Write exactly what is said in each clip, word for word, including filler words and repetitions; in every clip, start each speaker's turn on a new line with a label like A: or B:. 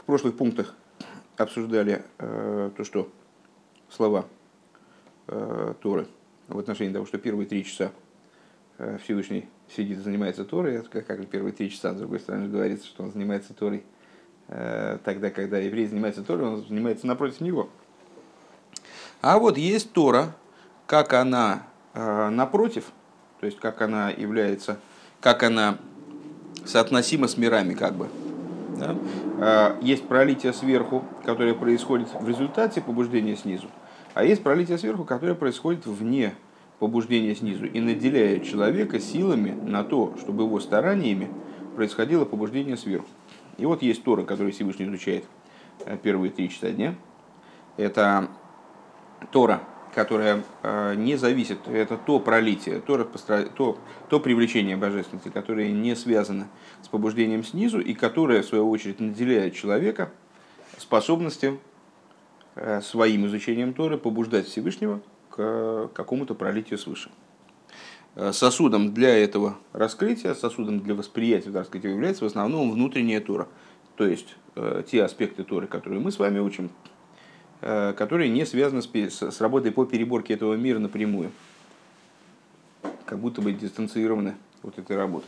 A: прошлых пунктах обсуждали э, то, что слова э, Торы в отношении того, что первые три часа э, Всевышний сидит и занимается Торой, это как, как первые три часа, с другой стороны, говорится, что он занимается Торой э, тогда, когда еврей занимается Торой, он занимается напротив него. А вот есть Тора, как она э, напротив, то есть как она является, как она соотносима с мирами, как бы. Да? Есть пролитие сверху, которое происходит в результате побуждения снизу, а есть пролитие сверху, которое происходит вне побуждения снизу и наделяет человека силами на то, чтобы его стараниями происходило побуждение сверху. И вот есть Тора, которую Всевышний изучает первые три часа дня. Это Тора, которая не зависит, это то пролитие, то, то, то привлечение божественности, которое не связано с побуждением снизу и которое, в свою очередь, наделяет человека способностью своим изучением Торы побуждать Всевышнего к какому-то пролитию свыше. Сосудом для этого раскрытия, сосудом для восприятия этого раскрытия является в основном внутренняя Тора, то есть те аспекты Торы, которые мы с вами учим, которые не связаны с, с работой по переборке этого мира напрямую. Как будто бы дистанцированы от этой работы.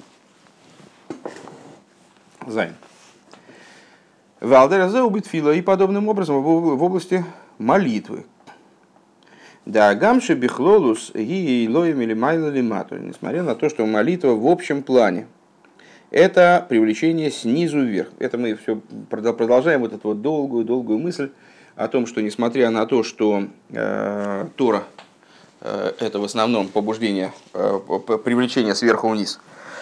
A: Зайн. Валдеразе убит фила и подобным образом в области молитвы. Да, гамши бихлолус ги лоем или майла лимату. Несмотря на то, что молитва в общем плане это привлечение снизу вверх. Это мы все продолжаем вот эту вот долгую-долгую мысль о том, что несмотря на то, что э, Тора э, это в основном побуждение, э, привлечение сверху вниз,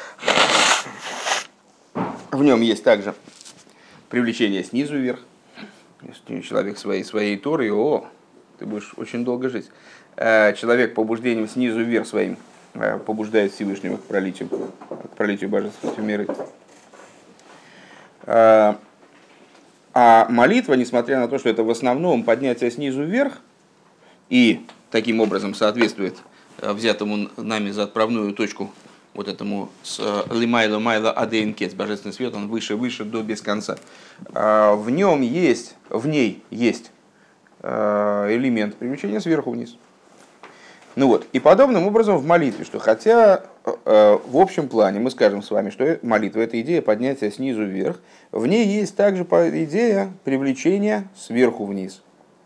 A: в нем есть также привлечение снизу вверх. Если человек своей, своей Торой, о, ты будешь очень долго жить. Э, человек побуждением снизу вверх своим э, побуждает Всевышнего к пролитию, к пролитию божественности в миры. Э, А молитва, несмотря на то, что это в основном поднятие снизу вверх, и таким образом соответствует взятому нами за отправную точку вот этому с лимайла майла адейнкет, божественный свет, он выше, выше, до без конца. В нем есть, в ней есть элемент привлечения сверху вниз. Ну вот, и подобным образом в молитве, что хотя в общем плане мы скажем с вами, что молитва – это идея поднятия снизу вверх, в ней есть также идея привлечения сверху вниз.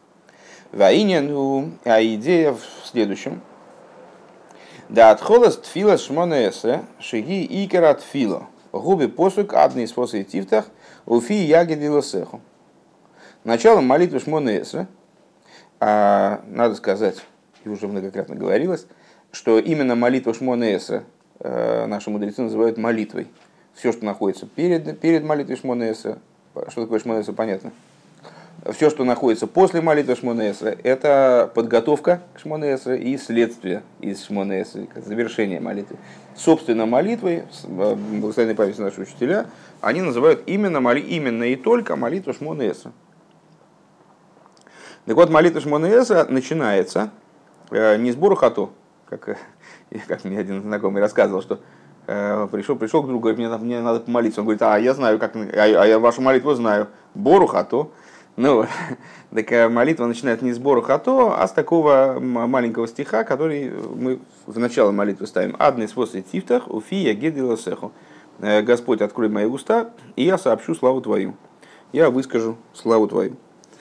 A: Ну, а идея в следующем. Да отхолос тфила шмонесе шиги икера тфила губи посук адный способ тифтах уфи ягедилосеху. Началом молитвы шмонесе, надо сказать, и уже многократно говорилось, что именно молитва Шмона Эсра наши мудрецы называют молитвой. Все, что находится перед, перед молитвой Шмона Эсра, что такое Шмона Эсра, понятно. Все, что находится после молитвы Шмона Эсра, это подготовка к Шмона Эсра и следствие из Шмона Эсра, завершение молитвы. Собственно, молитвой, благословенной памяти наши учителя, они называют именно, именно и только молитву Шмона Эсра. Так вот, молитва Шмона Эсра начинается не с Бору Хато, как, как мне один знакомый рассказывал, что э, пришел, пришел к другу, говорит, мне, мне надо помолиться. Он говорит, а я знаю, как, а, а я вашу молитву знаю, Бору Хато. Ну, так молитва начинается не с Бору Хато, а с такого маленького стиха, который мы в начало молитвы ставим. Адный способ тифтах, уфи я гедила сеху. Господь, открой мои уста, и я сообщу славу Твою. Я выскажу славу Твою.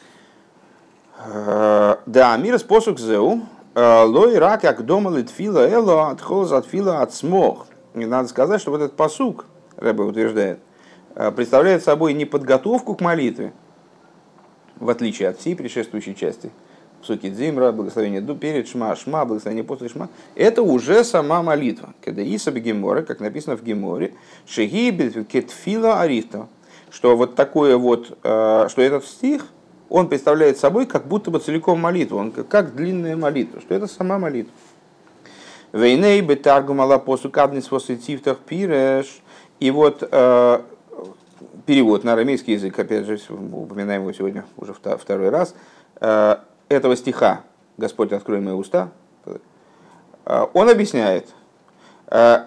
A: Да, мир способ зеу. Лой рак как дома литфила эло от холза от фила от смог. Надо сказать, что вот этот пасук, Ребе утверждает, представляет собой не подготовку к молитве, в отличие от всей предшествующей части. Псуки дзимра, благословение перед шма, шма, благословение после шма. Это уже сама молитва. Когда Исаб Гемора, как написано в Геморе, шеги кетфила арита, что вот такое вот, что этот стих, он представляет собой как будто бы целиком молитву, он как длинная молитва, что это сама молитва. Вейней бетаргу мала посукадный способ тифтах пиреш. И вот э, перевод на арамейский язык, опять же, упоминаем его сегодня уже второй раз, э, этого стиха «Господь, открой мои уста», э, он объясняет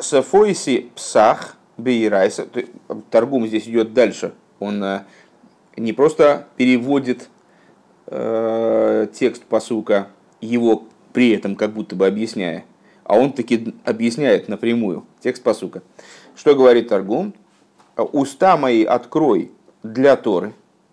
A: «Сафойси псах бейрайса». Торгум здесь идет дальше, он не просто переводит э, текст пасука, его при этом как будто бы объясняя, а он таки объясняет напрямую текст пасука. Что говорит Таргум? «Уста мои открой для Торы,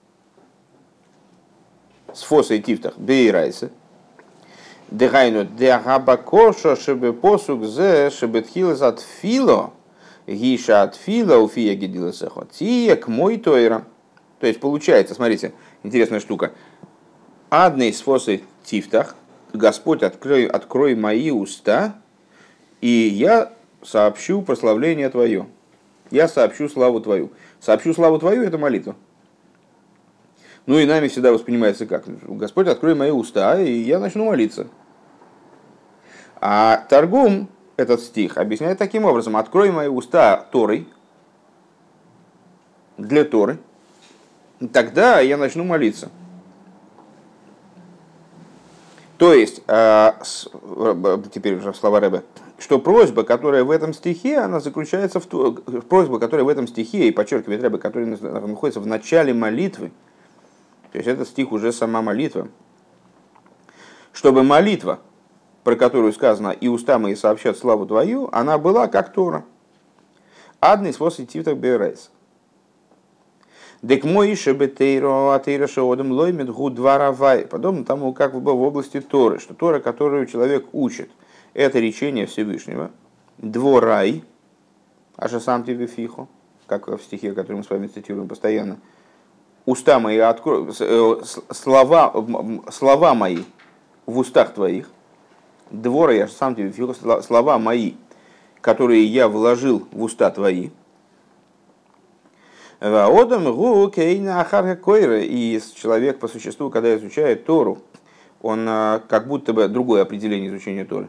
A: с фосой тифтах бейрайса, дегайну дегабакоша шебе посук зе шебетхилас от фило, гиша от фила уфия гидиласехо, тиек мой тойра». То есть получается, смотрите, интересная штука. «Адный с фосой тифтах, Господь, открой, открой мои уста, и я сообщу прославление Твое». Я сообщу славу Твою. Сообщу славу Твою — это молитва. Ну и нами всегда воспринимается как? Господь, открой мои уста, и я начну молиться. А Таргум этот стих объясняет таким образом: открой мои уста Торой, для Торы, тогда я начну молиться. То есть, теперь уже слова Ребе, что просьба, которая в этом стихе, она заключается в то, просьба, которая в этом стихе, и подчеркивает Ребе, которая находится в начале молитвы, то есть этот стих уже сама молитва, чтобы молитва, про которую сказано «и уста мои сообщат славу Твою», она была как Тора. Адный способ тифтах бейрайс. Дек мой шебетейро атейра шеодам лоймет гудваравай. Подобно тому, как в области Торы, что Тора, которую человек учит, это речение Всевышнего. Дворай, аша сам тебе фихо, как в стихе, который мы с вами цитируем постоянно. Уста мои открой, слова, слова мои в устах твоих. Двора, я сам тебе фихо, слова мои, которые я вложил в уста твои. И человек по существу, когда изучает Тору, он как будто бы, другое определение изучения Торы,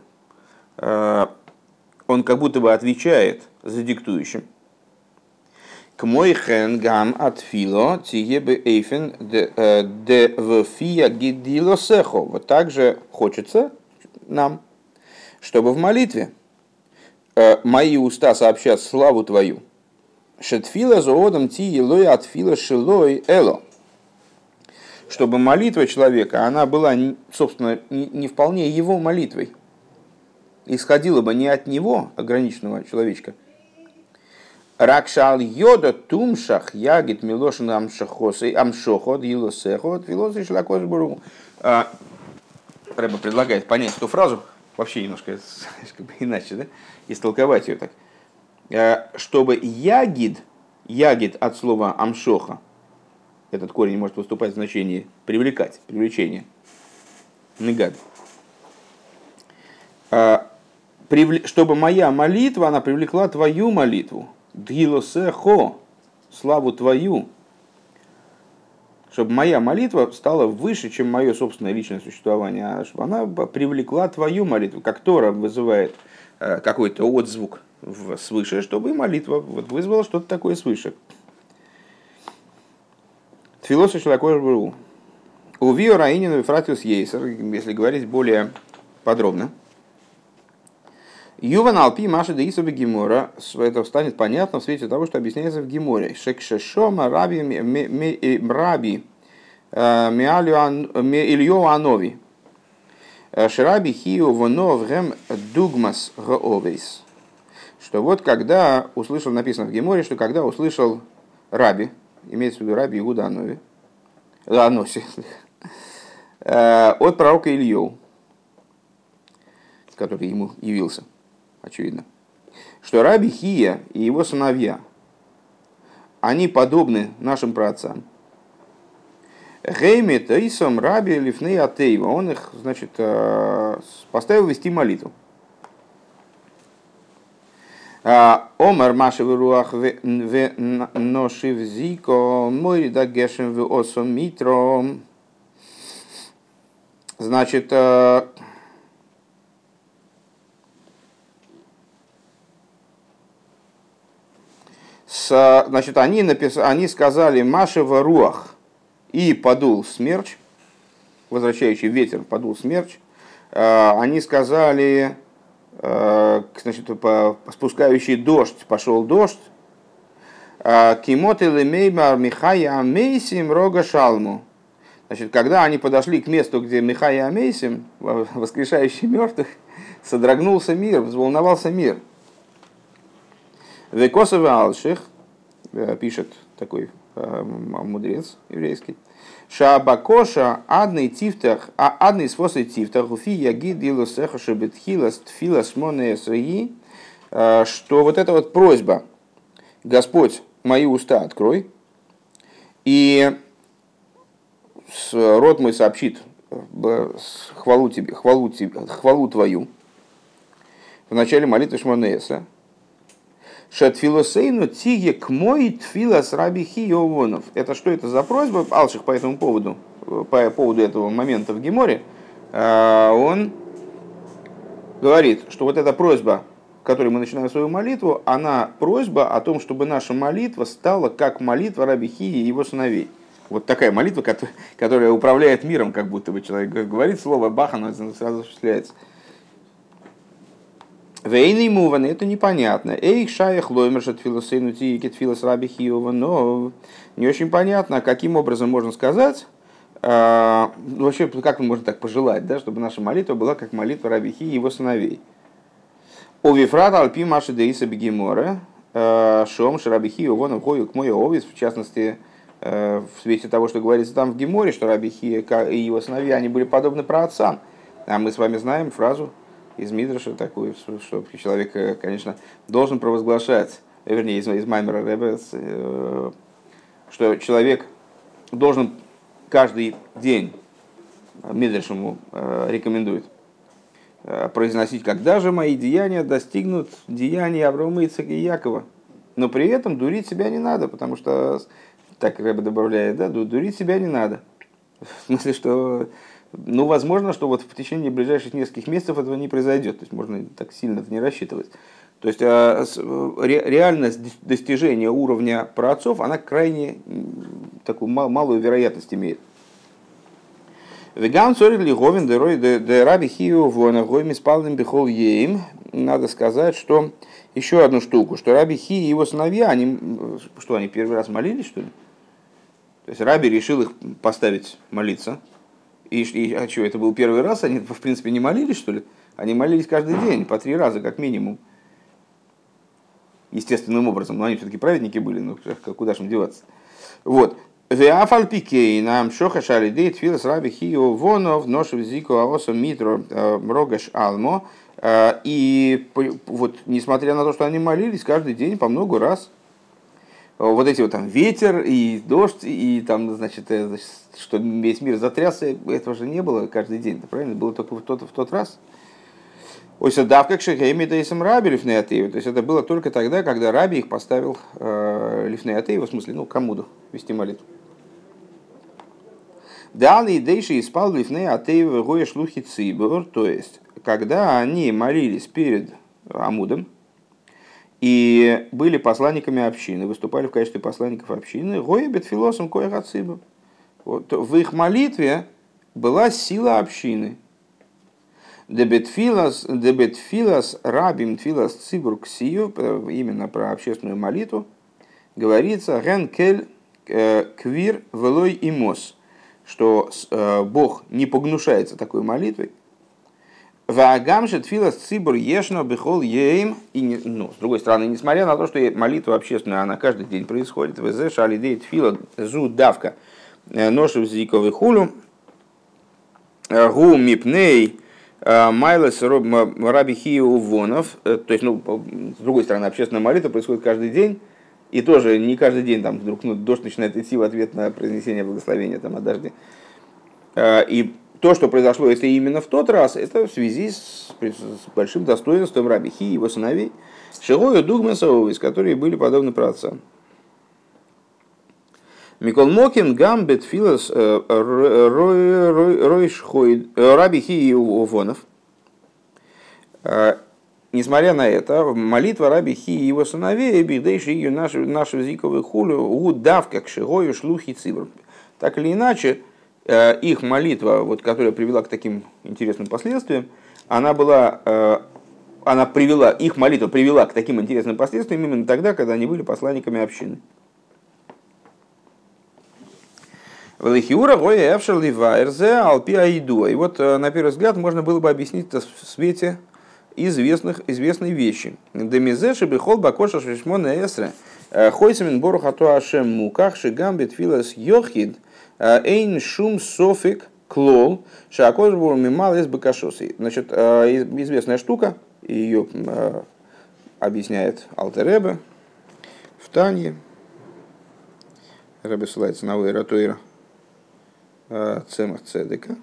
A: он как будто бы отвечает за диктующим. К мой хен гам от фило тиебе эйфен де вфия гидило сехо. Вот так же хочется нам, чтобы в молитве мои уста сообщат славу твою. Шетфила зоодом ти елой от фила шилой эло. Чтобы молитва человека, она была, собственно, не вполне его молитвой. Исходила бы не от него, ограниченного человечка. Ракшал йода тумшах ягит милошин амшахосей амшохот елосехот вилосей шлакош буру. Рэба предлагает понять эту фразу вообще немножко как бы иначе, да? Истолковать ее так. Чтобы ягид, ягид от слова амшоха, этот корень может выступать в значении привлекать, привлечение, негад. Чтобы моя молитва, она привлекла твою молитву, дгилосехо, славу твою, чтобы моя молитва стала выше, чем мое собственное личное существование, а чтобы она привлекла твою молитву, как Тора вызывает какой-то отзвук свыше, чтобы и молитва вот вызвала что-то такое свыше. Тфилоса шелакош бру. Увио раинину фратиус ейсер, если говорить более подробно. Юван алпи маши да исоби гемора, это станет понятно в свете того, что объясняется в геморе. Шекшешома раби раби Ильё Анови. Шраби хио вонов гем дугмас гаовейс. Что вот когда услышал, написано в геморе, что когда услышал раби, имеется в виду раби Иуда Анови, Аноси, от пророка Илью, который ему явился, очевидно, что раби Хия и его сыновья, они подобны нашим праотцам. Гейми Таисом раби Лифней Атеева, он их, значит, поставил вести молитву. Омар Машев Руах в Ношив Зико, мой дагешем в Осом Митро. Значит, значит, они, напис... они сказали Машева Руах, и подул смерч, возвращающий ветер, подул смерч. Они сказали, значит, по спускающий дождь, пошел дождь. Кимоты лемеймар Михая Амейсим Рога Шалму. Значит, когда они подошли к месту, где Михая Амейсим, воскрешающий мертвых, содрогнулся мир, взволновался мир. Векосовый Алших, пишет такой мудрец еврейский, Шабакоша адный тифтах, адный способ тифтах, уфи ягид дилусеха шебетхилас тфилас монесраи, что вот эта вот просьба, Господь, мои уста открой, и рот мой сообщит хвалу тебе, хвалу тебе, хвалу твою в начале молитвы Шмонеса. Шатфилосейну тиге к мой тфилас раби Хиовонов. Это что это за просьба? Алших по этому поводу, по поводу этого момента в Геморе, он говорит, что вот эта просьба, в которой мы начинаем свою молитву, она просьба о том, чтобы наша молитва стала как молитва раби Хии и его сыновей. Вот такая молитва, которая управляет миром, как будто бы человек говорит слово бах, оно сразу осуществляется. Вейный муван, это непонятно. Эйх шаях лоймершат филосейну тиекет филос раби Хиова, но не очень понятно, каким образом можно сказать, э, вообще, как можно так пожелать, да, чтобы наша молитва была как молитва раби Хии и его сыновей. Овифрат альпи маши деиса бегемора, шом шараби Хиова, но хою к мой овис, в частности, э, в свете того, что говорится там в Геморе, что раби Хия и его сыновья, они были подобны праотцам. А мы с вами знаем фразу из Мидраша такую, что человек, конечно, должен провозглашать, вернее, из, из Маймера Ребе, что человек должен каждый день, Мидраш ему рекомендует, произносить, когда же мои деяния достигнут деяний Авраама, Ицхака и Якова. Но при этом дурить себя не надо, потому что, так Ребе добавляет, да, дурить себя не надо. В смысле, что... Ну, возможно, что вот в течение ближайших нескольких месяцев этого не произойдет. То есть можно так сильно это не рассчитывать. То есть реальность достижения уровня праотцов, она крайне такую малую вероятность имеет. Веган цорит ли говен де раби Хиу вона гойми спалным бихол еим. Надо сказать, что еще одну штуку, что раби Хи и его сыновья, они, что они первый раз молились, что ли? То есть раби решил их поставить молиться. И, и а что, это был первый раз? Они, в принципе, не молились, что ли? Они молились каждый день, по три раза, как минимум. Естественным образом. Но они все-таки праведники были, ну куда же им деваться? Вот. Веафальпикей шоха шалидей тфилас раби Хио вонов ношев зико аосом митро рогаш алмо. И вот, несмотря на то, что они молились каждый день по много раз, вот эти вот там ветер и дождь, и там, значит, значит, что весь мир затрясся, этого же не было каждый день, правильно? Было только в тот, в тот раз. Ой, садав как шехейми да исам раби лифнеатеев. То есть это было только тогда, когда раби их поставил э, лифнеатеев, в смысле, ну, камуду, вести молитву. Далее дейши испал лифнеатеев гоя шлухи цибур, то есть, когда они молились перед амудом, и были посланниками общины, выступали в качестве посланников общины, гоя бетфилосом коя гацибу. Вот, в их молитве была сила общины. Дебетфилас рабим тфилас цибур ксию, именно про общественную молитву, говорится ген кель квир велой имос, что Бог не погнушается такой молитвой. Ваагамши тфилас цибур ешно бихол еим. И, ну, с другой стороны, несмотря на то, что молитва общественная, она каждый день происходит, везе шалидей тфила зу давка ношу зиковый хулю гу мипней майлес раби Хиу вонов. То есть, ну, с другой стороны, общественная молитва происходит каждый день, и тоже не каждый день там вдруг ну, дождь начинает идти в ответ на произнесение благословения там, о дожде. И то, что произошло, если именно в тот раз, это в связи с, с большим достоинством раби Хи и его сыновей, Шигою Дугмасовис, которые были подобны праотцам. Микол Мокин гамбет филос ройшхойд раби Хи и Увонов. Несмотря на это, молитва раби Хи и его сыновей, бигдейши ее нашу зиковую хулю, удав как Шигою шлухи цибр. Так или иначе, их молитва, вот, которая привела к таким интересным последствиям, она была она привела, их молитва привела к таким интересным последствиям именно тогда, когда они были посланниками общины. Велихиура гоя эвшер ливайрзе алпи аиду. И вот на первый взгляд можно было бы объяснить это в свете известных, известной вещи. Демизе шебихол бакоша швишмона эсре. Хойсамин борух ату ашем муках шигам бетфилас йохид эйн шум софик клол шакош бур мимал эс бакашосы. Значит, известная штука, ее объясняет Алтер Ребе в Танье. Ребе ссылается на Вейра Тойра Цемах Цедека,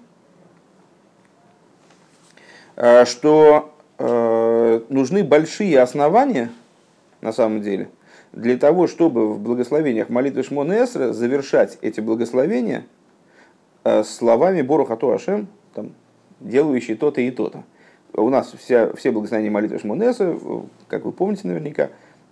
A: что нужны большие основания, на самом деле, для того, чтобы в благословениях молитвы Шмона Эсре завершать эти благословения словами Борух Ату Ашем, там, делающий то-то и то-то. У нас вся, все благословения молитвы Шмона Эсре, как вы помните наверняка,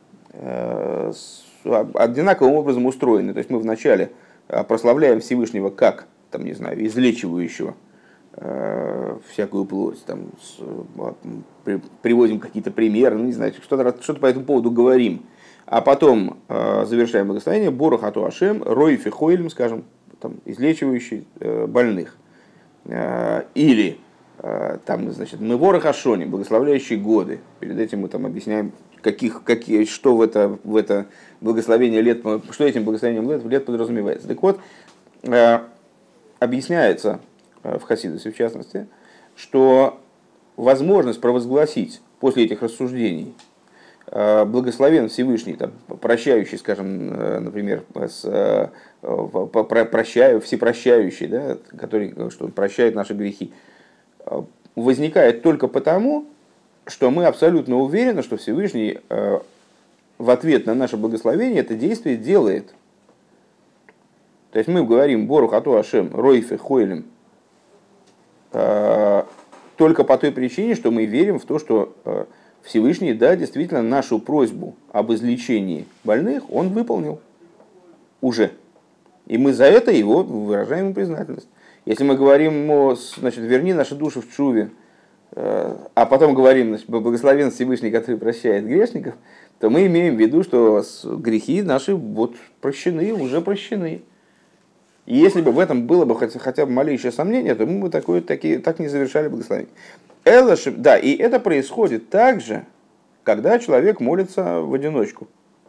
A: одинаковым образом устроены. То есть мы вначале прославляем Всевышнего как, там, не знаю, излечивающего э, всякую плоть, там, с, при, приводим какие-то примеры, ну, не знаю, что-то, что-то по этому поводу говорим. А потом э, завершаем благословение Борух Ату Ашем, Ройфи Хойлем, скажем, там, излечивающий э, больных. Э, или э, там, значит, Меворах Ашони, благословляющие годы. Перед этим мы там объясняем, каких, какие, что в это, в это благословение лет, что этим благословением лет, лет подразумевается. Так вот, э, объясняется в Хасидусе, в частности, что возможность провозгласить после этих рассуждений благословен Всевышний, там, прощающий, скажем, например, с, прощаю, всепрощающий, да, который, что он прощает наши грехи, возникает только потому, что мы абсолютно уверены, что Всевышний в ответ на наше благословение это действие делает. То есть мы говорим Борух Ату Ашем, Ройфе Хойлем, только по той причине, что мы верим в то, что Всевышний, да, действительно, нашу просьбу об излечении больных он выполнил уже. И мы за это его выражаем ему признательность. Если мы говорим, значит, верни наши души в чуве, а потом говорим, значит, благословен Всевышний, который прощает грешников, то мы имеем в виду, что грехи наши вот прощены, уже прощены. И если бы в этом было бы хотя, хотя бы малейшее сомнение, то мы бы такое, такие, так не завершали благословение. Элаши, да, и это происходит также, когда человек молится в одиночку.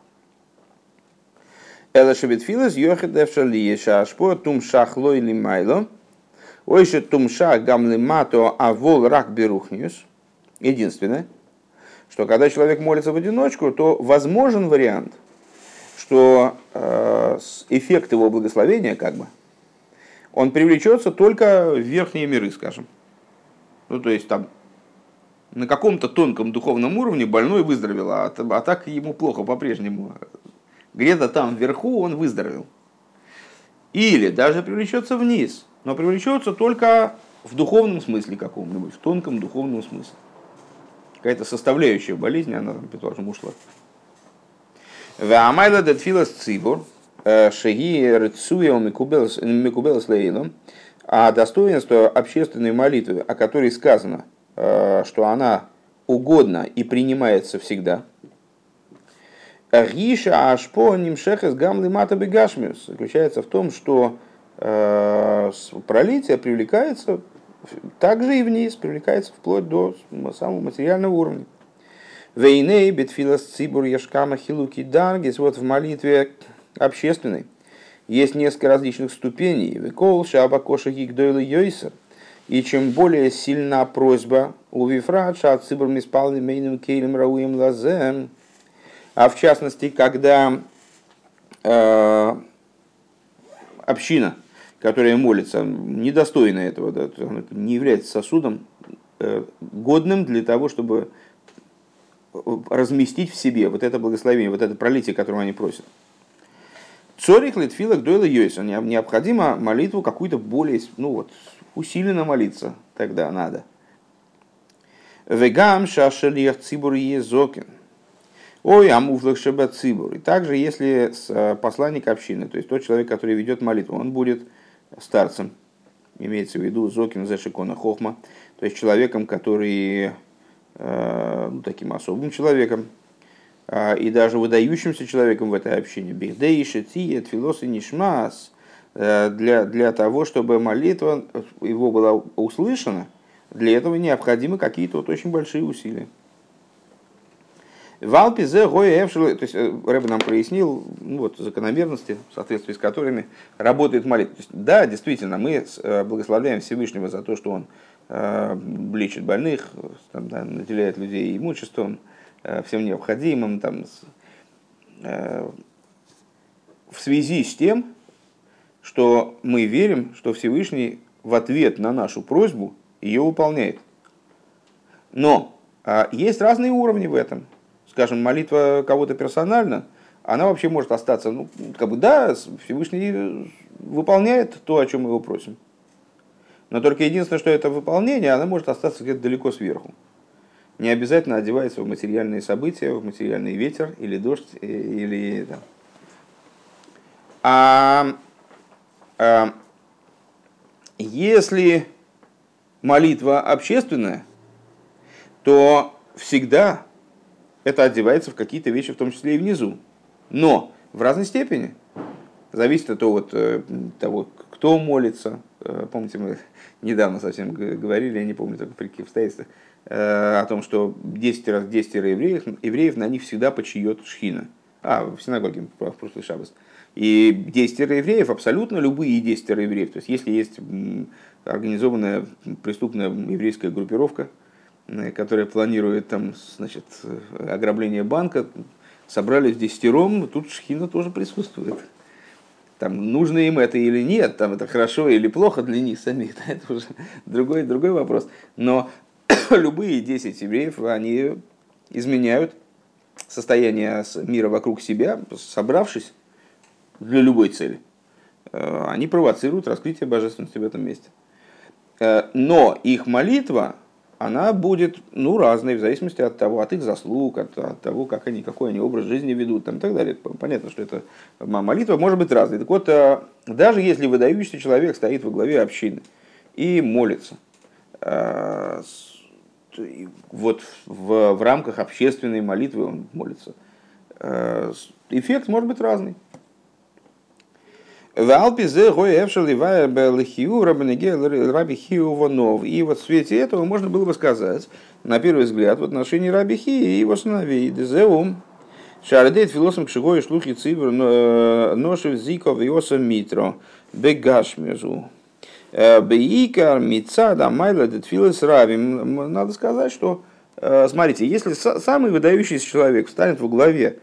A: Элашибитфилас йохидевшали шашпо тумшах лой лимайло, ойше тумшах гамлимато авол рак берухниус. Единственное, что когда человек молится в одиночку, то возможен вариант, что э, эффект его благословения, как бы, он привлечется только в верхние миры, скажем. Ну, то есть там на каком-то тонком духовном уровне больной выздоровел, а, а так ему плохо по-прежнему. Где-то там вверху он выздоровел. Или даже привлечется вниз, но привлечется только в духовном смысле каком-нибудь, в тонком духовном смысле. Какая-то составляющая болезни, она там, предположим, ушла. Ваамайла датфилас цибур, шеги рецуя микубелас лейлом. А достоинство общественной молитвы, о которой сказано, что она угодна и принимается всегда, Риша ашпо нимшехес гамли мата бегашмиус, заключается в том, что пролитие привлекается также и вниз, привлекается вплоть до самого материального уровня. Вейней бетфилас цибур яшкама хилуки даргис, вот в молитве общественной есть несколько различных ступеней. Векол шабакоша гигдойлы йойсер. И чем более сильна просьба у вифрат шат цибур миспалны мейным кейлем рауим лазем. А в частности, когда э, община, которая молится, недостойна этого, да, не является сосудом, э, годным для того, чтобы разместить в себе вот это благословение, вот это пролитие, которое они просят. Цорих литфилак дойла йойса. Необходимо молитву какую-то более, ну вот, усиленно молиться тогда надо. Вегам шашелиях цибур езокин. Ой, амуфлах шебат цибур. И также, если посланник общины, то есть тот человек, который ведет молитву, он будет старцем, имеется в виду зокин зашикона хохма, то есть человеком, который ну, таким особым человеком, и даже выдающимся человеком в этой общине, бихдейши, тиет, филос и нишмас, для, для того, чтобы молитва его была услышана, для этого необходимы какие-то вот очень большие усилия. В Алпизе Гоя Эвшел, то есть Рэбе нам прояснил ну, вот, закономерности, в соответствии с которыми работает молитва. То есть, да, действительно, мы благословляем Всевышнего за то, что он э, лечит больных, там, да, наделяет людей имуществом, э, всем необходимым, там, с, э, в связи с тем, что мы верим, что Всевышний в ответ на нашу просьбу ее выполняет. Но э, есть разные уровни в этом. Скажем, молитва кого-то персонально, она вообще может остаться, ну, как бы, да, Всевышний выполняет то, о чем мы его просим. Но только единственное, что это выполнение, она может остаться где-то далеко сверху. Не обязательно одевается в материальные события, в материальный ветер, или дождь, или... Да. А, а если молитва общественная, то всегда это одевается в какие-то вещи, в том числе и внизу. Но в разной степени. Зависит от того, вот, того кто молится. Помните, мы недавно совсем говорили, я не помню только при каких обстоятельствах, о том, что десять раз десять евреев, евреев на них всегда почиет шхина. А, в синагоге в прошлый шаббат. И десять евреев, абсолютно любые десять евреев. То есть, если есть организованная преступная еврейская группировка, которые планируют там, значит, ограбление банка, собрались десятером, тут шхина тоже присутствует. Там, нужно им это или нет, там, это хорошо или плохо для них самих, да, это уже другой, другой вопрос. Но любые десять евреев, они изменяют состояние мира вокруг себя, собравшись для любой цели. Они провоцируют раскрытие божественности в этом месте. Но их молитва, она будет, ну, разной в зависимости от того, от их заслуг, от, от того, как они, какой они образ жизни ведут, там, и так далее. Понятно, что это молитва может быть разной. Так вот, даже если выдающийся человек стоит во главе общины и молится, вот в, в рамках общественной молитвы он молится, эффект может быть разный. И вот в свете этого можно было бы сказать, на первый взгляд, в отношении Раби Хии и его сыновей, Шардейт философ кшигой шлухи цивр ношев зиков иоса митро бегашмезу бейкар мицада майла детфилес равим. Надо сказать, что, смотрите, если самый выдающийся человек встанет во главе,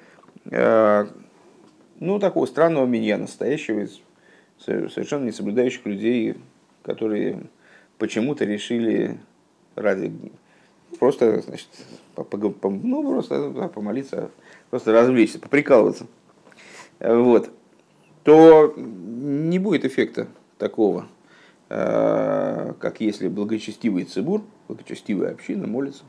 A: ну, такого странного миньяна, состоящего из совершенно не соблюдающих людей, которые почему-то решили ради просто, значит, по, по, ну, просто да, помолиться, просто развлечься, поприкалываться, вот, то не будет эффекта такого, как если благочестивый цибур, благочестивая община молится.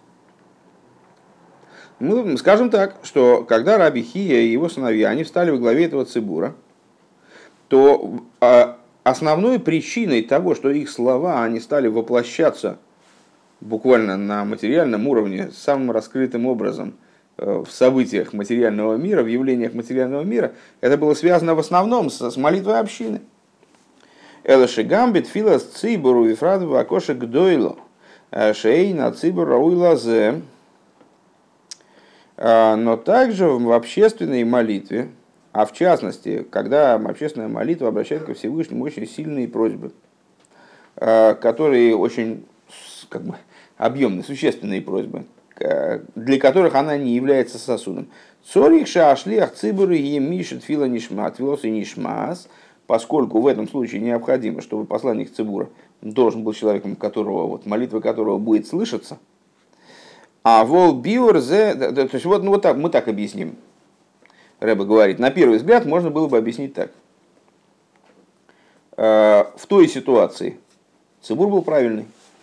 A: Мы скажем так, что когда Раби Хия и его сыновья, они встали во главе этого цибура, то основной причиной того, что их слова, они стали воплощаться буквально на материальном уровне самым раскрытым образом в событиях материального мира, в явлениях материального мира, это было связано в основном с, с молитвой общины. Элашигамбит филас цибуру и фрадову акошек дойло шейна цибура уйлазе. Но также в общественной молитве, а в частности, когда общественная молитва обращает ко Всевышнему очень сильные просьбы, которые очень, как бы, объемные, существенные просьбы, для которых она не является сосудом. Цорих шаашлиах цибуры емишет фила нишмат, филос и нишмас, поскольку в этом случае необходимо, чтобы посланник цибура должен был человеком, которого, вот, молитва которого будет слышаться. А вол биор зе, то есть вот, ну, вот так, мы так объясним. Рэбе говорит, на первый взгляд можно было бы объяснить так. В той ситуации цибур был правильный.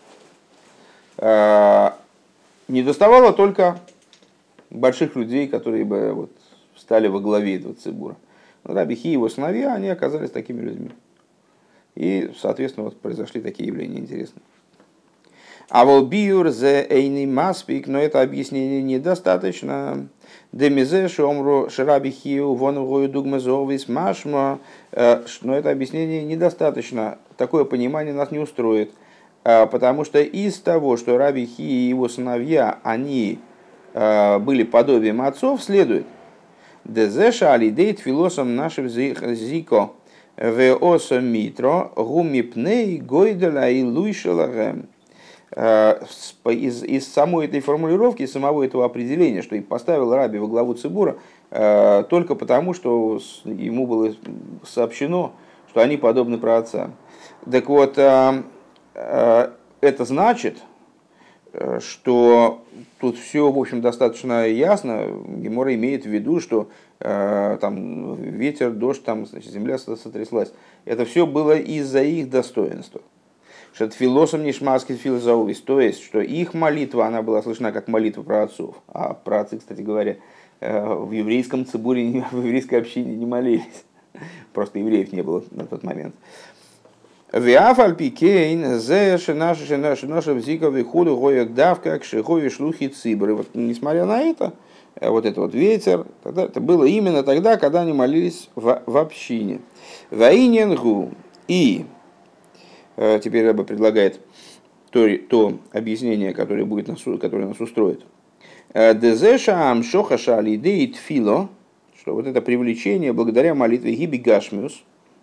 A: Не доставало только больших людей, которые бы вот встали во главе этого цибура. Раби Хия и его сыновья, они оказались такими людьми. И, соответственно, вот произошли такие явления интересные. А волбиур зе эйни маспик, но это объяснение недостаточно. Демизе шомру шарабихиу вонугую дугмазовис машма, но это объяснение недостаточно. Такое понимание нас не устроит. Потому что из того, что Раби Хи и его сыновья, они были подобием отцов, следует: Дезеша алидейт филосом нашим зико веоса митро гумипней гойдела и луйшелагем. Из, из самой этой формулировки, самого этого определения, что и поставил Раби во главу Цибура, только потому, что ему было сообщено, что они подобны праотцам. Так вот, это значит, что тут все, в общем, достаточно ясно. Гемора имеет в виду, что э, там ветер, дождь, там, значит, земля сотряслась. Это все было из-за их достоинства. Что это филосом нишмаский филозофис, то есть, что их молитва, она была слышна как молитва праотцов. А праотцы, кстати говоря, э, в еврейском цибуре, в еврейской общине не молились. Просто евреев не было на тот момент. Виафальпикейн зе шинаши шинаши наши взиковые худу гоят давка к шихове шлухи цибры. Вот несмотря на это, вот это вот ветер, тогда, это было именно тогда, когда они молились в, в общине. Ваиненгу и теперь Рабба предлагает то, то объяснение, которое будет нас, которое нас устроит. Дезеша амшоха шалидеит фило, что вот это привлечение благодаря молитве гиби гашмиус.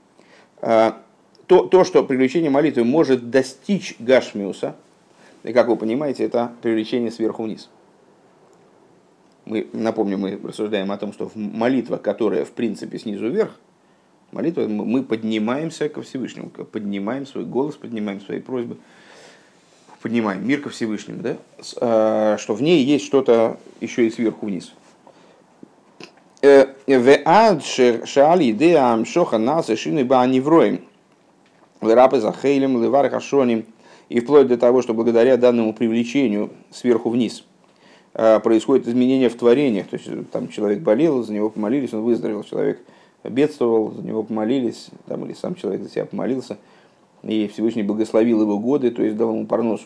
A: То, то, что привлечение молитвы может достичь гашмиуса, и, как вы понимаете, это привлечение сверху вниз. Мы, напомню, мы рассуждаем о том, что молитва, которая в принципе снизу вверх, молитва, мы поднимаемся ко Всевышнему, поднимаем свой голос, поднимаем свои просьбы, поднимаем мир ко Всевышнему, да? Что в ней есть что-то еще и сверху вниз. И вплоть до того, что благодаря данному привлечению сверху вниз происходит изменение в творениях. То есть там человек болел, за него помолились, он выздоровел. Человек бедствовал, за него помолились, там, или сам человек за себя помолился. И Всевышний благословил его годы, то есть дал ему парносу.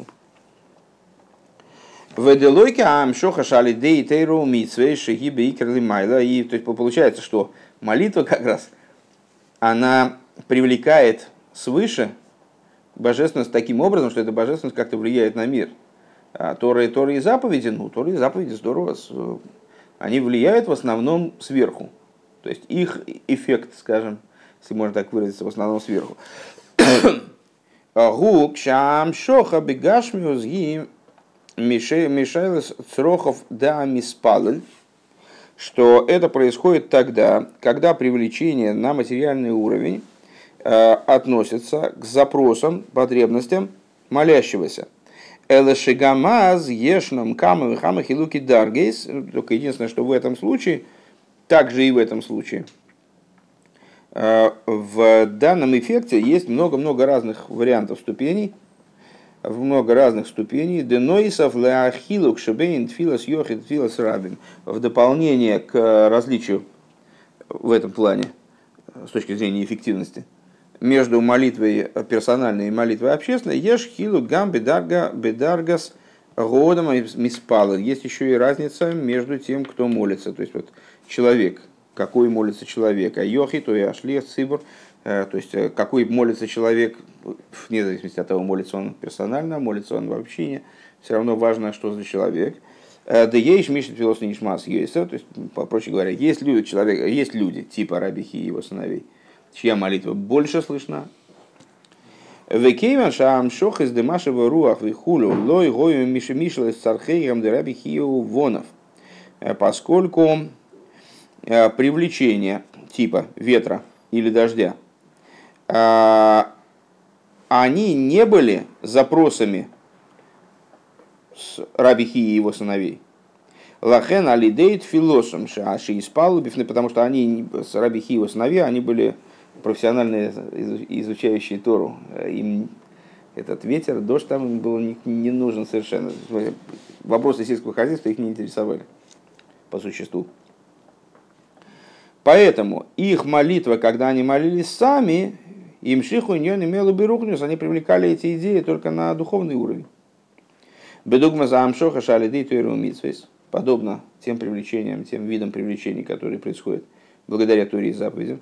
A: В Эделойке амшоха шалидей тейру митсвей шехибе икерли майла. И то есть получается, что молитва как раз, она привлекает свыше божественность таким образом, что эта божественность как-то влияет на мир. А Торы, Торы и заповеди, ну, Торы и заповеди здорово, они влияют в основном сверху. То есть их эффект, скажем, если можно так выразиться, в основном сверху. Гук шам шоха бегашмиус ги мишайлес црохов да миспалель, что это происходит тогда, когда привлечение на материальный уровень относится к запросам, потребностям молящегося. Элешигамаз ешном камы хамах и луки даргейс. Только единственное, что в этом случае, также и в этом случае, в данном эффекте есть много-много разных вариантов ступеней, много разных ступеней. Денойсов леахилук шебейн тфилас йохид тфилас рабим. В дополнение к различию в этом плане, с точки зрения эффективности, между молитвой персональной и молитвой общественной, еш хилу гам бедарга бедаргас годом миспалы. Есть еще и разница между тем, кто молится. То есть вот человек, какой молится человек, а йохи, то и ашлех цибур, то есть какой молится человек, вне зависимости от того, молится он персонально, молится он в общине, все равно важно, что за человек. Да ейш мишет филос нишмас йойса, то есть, проще говоря, есть люди, человек, есть люди типа Раби Хи и его сыновей, чья молитва больше слышна. Векейван шаам шох из демашева руах вихулю лой гою мишемишел из цархейгам де Раби Хи вонов, поскольку привлечение типа ветра или дождя, они не были запросами с Раби Хи и его сыновей. Лахен алидейт филосом шаши испал, потому что они с Раби Хи и его сыновья, они были профессиональные изучающие Тору. Им этот ветер, дождь там им был не, не нужен совершенно. Вопросы сельского хозяйства их не интересовали по существу. Поэтому их молитва, когда они молились сами, им шиху не имела бы рухнус, они привлекали эти идеи только на духовный уровень. Бедугма за амшоха шалиды туэру митсвейс. Подобно тем привлечениям, тем видам привлечений, которые происходят благодаря Торе и заповедям.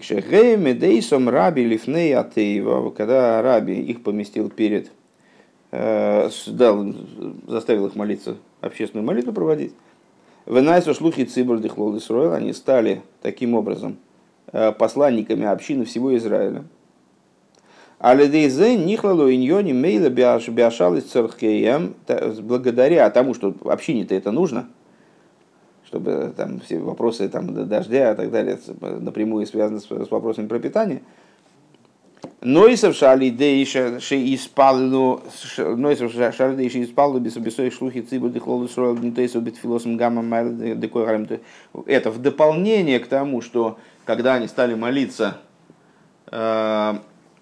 A: Раби лифней атеева, когда Раби их поместил перед, э, дал, заставил их молиться, общественную молитву проводить. Венайсу шлухи цибур дихлол Исроэл, они стали таким образом посланниками общины всего Израиля. Алидейзе нихлалу иньони мейла биашал из цархеем, благодаря тому, что общине-то это нужно, чтобы там все вопросы там, дождя и так далее напрямую связаны с, с вопросами пропитания. Нойсов шалидейша шеиспалу, нойсов шалидейша испалу бисобисой шлухи цибур дихлол Исроэл нитейсу битфилосом гамма майла декой гарем. Это в дополнение к тому, что когда они стали молиться э,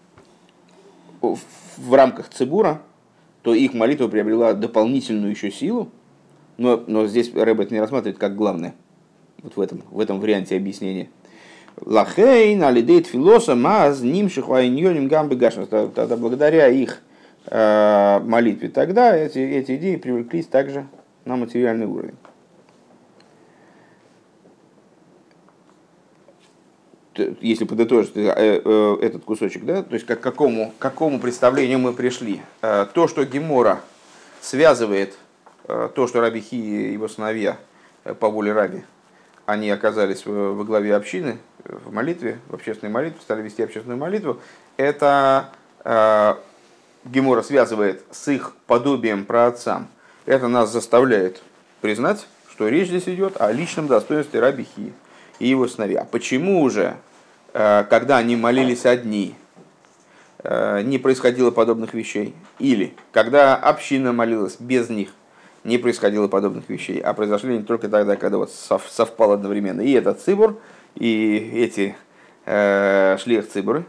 A: в рамках цибура, то их молитва приобрела дополнительную еще силу, но, но здесь Рэб это не рассматривает как главное, вот в этом, в этом варианте объяснения. Лахейн алидейт филоса маз нимшиху айньоним гамбы гашнас. Тогда благодаря их э, молитве тогда эти, эти идеи привлеклись также на материальный уровень. Если подытожить этот кусочек, да, то есть к какому, к какому представлению мы пришли. То, что Гемора связывает то, что Раби Хи и его сыновья по воле Раби, они оказались во главе общины в молитве, в общественной молитве, стали вести общественную молитву, это Гемора связывает с их подобием праотцам. Это нас заставляет признать, что речь здесь идет о личном достоинстве Раби Хи и его сыновья. Почему же, когда они молились одни, не происходило подобных вещей? Или когда община молилась без них, не происходило подобных вещей, а произошли не только тогда, когда вот совпал одновременно и этот цибур, и эти э, шлех цибуры.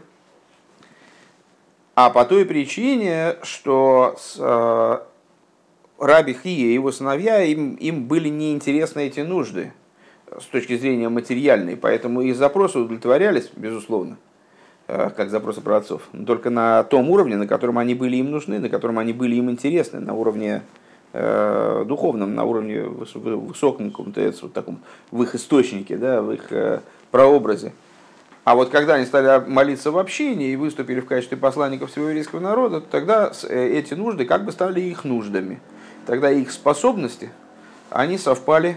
A: А по той причине, что с, э, Раби Хия и его сыновья, им, им были неинтересны эти нужды с точки зрения материальной, поэтому их запросы удовлетворялись, безусловно, как запросы праотцов, но только на том уровне, на котором они были им нужны, на котором они были им интересны, на уровне э, духовном, на уровне высоком, вот таком, в их источнике, да, в их э, прообразе. А вот когда они стали молиться в общине и выступили в качестве посланников всего еврейского народа, тогда эти нужды как бы стали их нуждами. Тогда их способности, они совпали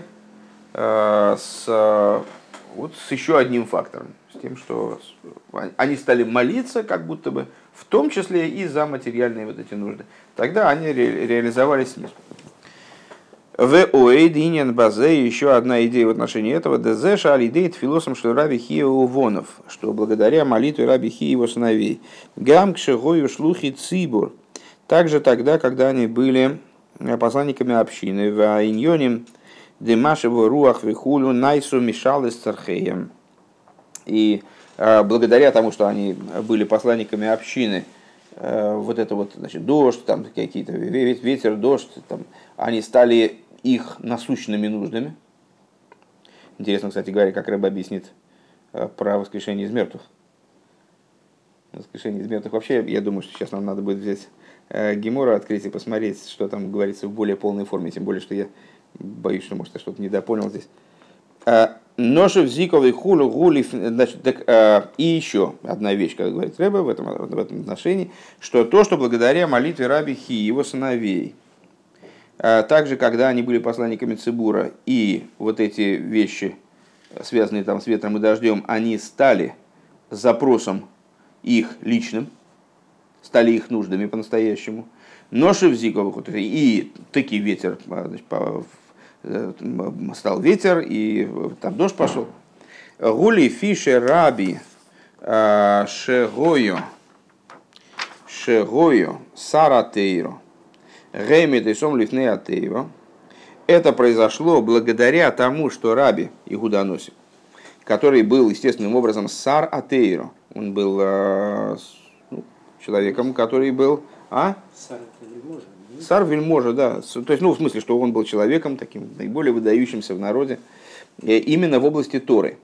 A: С, вот, с еще одним фактором, с тем, что они стали молиться, как будто бы, в том числе и за материальные вот эти нужды. Тогда они ре- реализовались снизу. В Оэйдинен Базе еще одна идея в отношении этого. Дезеша алидейт филосом что Раби Хия Увонов, что благодаря молитве Раби Хия и его сыновей. Гам кшегою шлухи цибур. Также тогда, когда они были посланниками общины, в Иньоним Димашеву руах вихулю найсу мешал с цархеем. И э, благодаря тому, что они были посланниками общины, э, вот это вот, значит, дождь, там какие-то ветер, дождь, там, они стали их насущными нуждами. Интересно, кстати говоря, как Рэб объяснит э, про воскрешение из мертвых. Воскрешение из мертвых вообще, я думаю, что сейчас нам надо будет взять э, Гемору, открыть и посмотреть, что там говорится в более полной форме, тем более, что я боюсь, что, может, я что-то недопонял здесь. Ношев зиковый хулу гулив. Значит, так, и еще одна вещь, как говорит Рэбе в этом, в этом отношении, что то, что благодаря молитве Раби Хи и его сыновей, также, когда они были посланниками цибура, и вот эти вещи, связанные там с ветром и дождем, они стали запросом их личным, стали их нуждами по-настоящему. Ношев зиковых, и таки ветер, значит, по стал ветер, и там дождь пошел. Гули фише раби шегою шегою саратейро геймит и сом лифней атейро. Это произошло благодаря тому, что раби Игуда Носи, который был естественным образом сар атейро, он был ну, человеком, который был а? Сар вельможа, да. То есть, ну, в смысле, что он был человеком таким наиболее выдающимся в народе, именно в области Торы.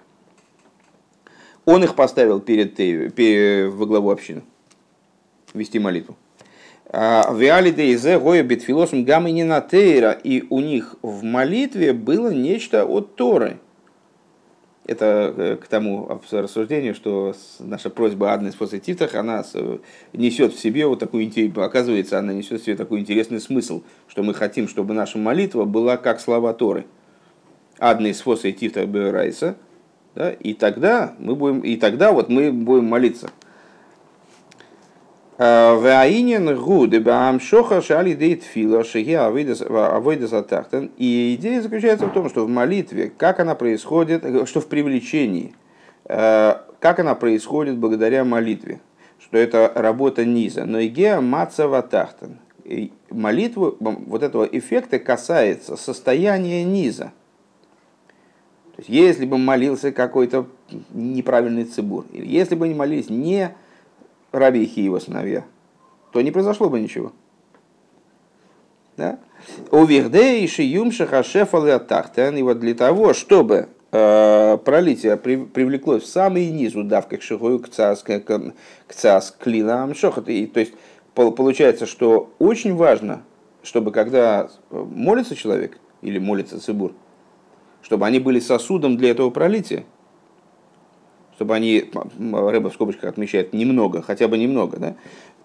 A: Он их поставил перед, перед во главу общины, вести молитву. Виалидейзе гоя битфилосом гамининатейра, и у них в молитве было нечто от Торы. Это к тому рассуждению, что наша просьба Аднес после Тифтах, она несет в себе вот такую, оказывается, она несет в себе такой интересный смысл, что мы хотим, чтобы наша молитва была как слова Торы. Аднес после Тифтах Беорайса, да, и тогда мы будем, и тогда вот мы будем молиться. И идея заключается в том, что в молитве, как она происходит, что в привлечении, как она происходит благодаря молитве, что это работа низа. Но идея мацава тахтан. Молитву, вот этого эффекта касается состояния низа. То есть, если бы молился какой-то неправильный цибур, или если бы не молились не Раби Ихи и его сыновья, то не произошло бы ничего. Да? И вот для того, чтобы э, пролитие при, привлеклось в самый низ удавкой к шихою, к цас клинам шохот. То есть получается, что очень важно, чтобы когда молится человек или молится цибур, чтобы они были сосудом для этого пролития. Чтобы они, Рэбе в скобочках отмечает, немного, хотя бы немного, да?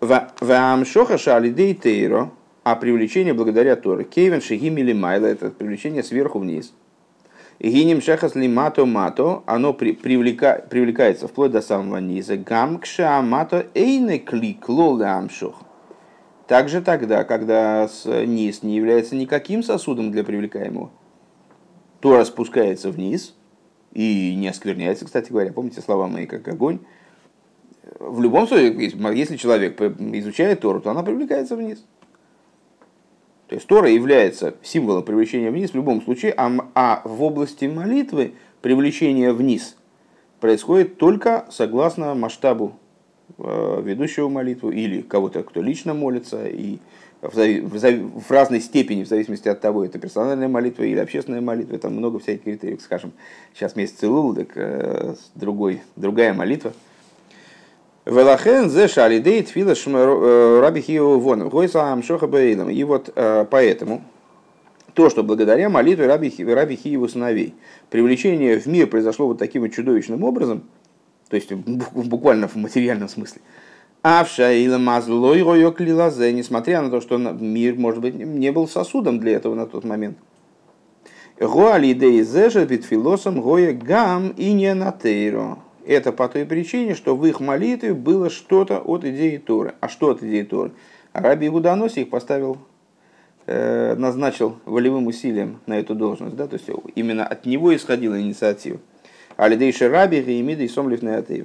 A: А привлечение благодаря Торе. Кейвен шигим или майла, это привлечение сверху вниз. Гиним шехас ли мато мато, оно привлека, привлекается вплоть до самого низа. Гам кша мато эйне клик лола амшох. Также тогда, когда низ не является никаким сосудом для привлекаемого, Тора спускается вниз и не оскверняется, кстати говоря. Помните слова мои, как огонь? В любом случае, если человек изучает Тору, то она привлекается вниз. То есть Тора является символом привлечения вниз в любом случае, а, а в области молитвы привлечение вниз происходит только согласно масштабу э, ведущего молитву или кого-то, кто лично молится, и в, в, в разной степени, в зависимости от того, это персональная молитва или общественная молитва, там много всяких критериев, скажем, сейчас месяц Илул, так э, другой, другая молитва. Велахен зе шалидей тфила Раби Хиу вон гойса амшоха бейлам. И вот поэтому то, что благодаря молитве Раби Хи и его сыновей привлечение в мир произошло вот таким вот чудовищным образом, то есть буквально в материальном смысле, авша или мазлой ройок лилазе, несмотря на то, что мир, может быть, не был сосудом для этого на тот момент. Гоалидей зе же битфилосом гоя гам и не натейро. Это по той причине, что в их молитве было что-то от идеи Торы. А что от идеи Торы? Раби Иуда Аноси их поставил, э, назначил волевым усилием на эту должность. Да? То есть именно от него исходила инициатива. Алидейши Раби Геймида и Сомлив Неатеев.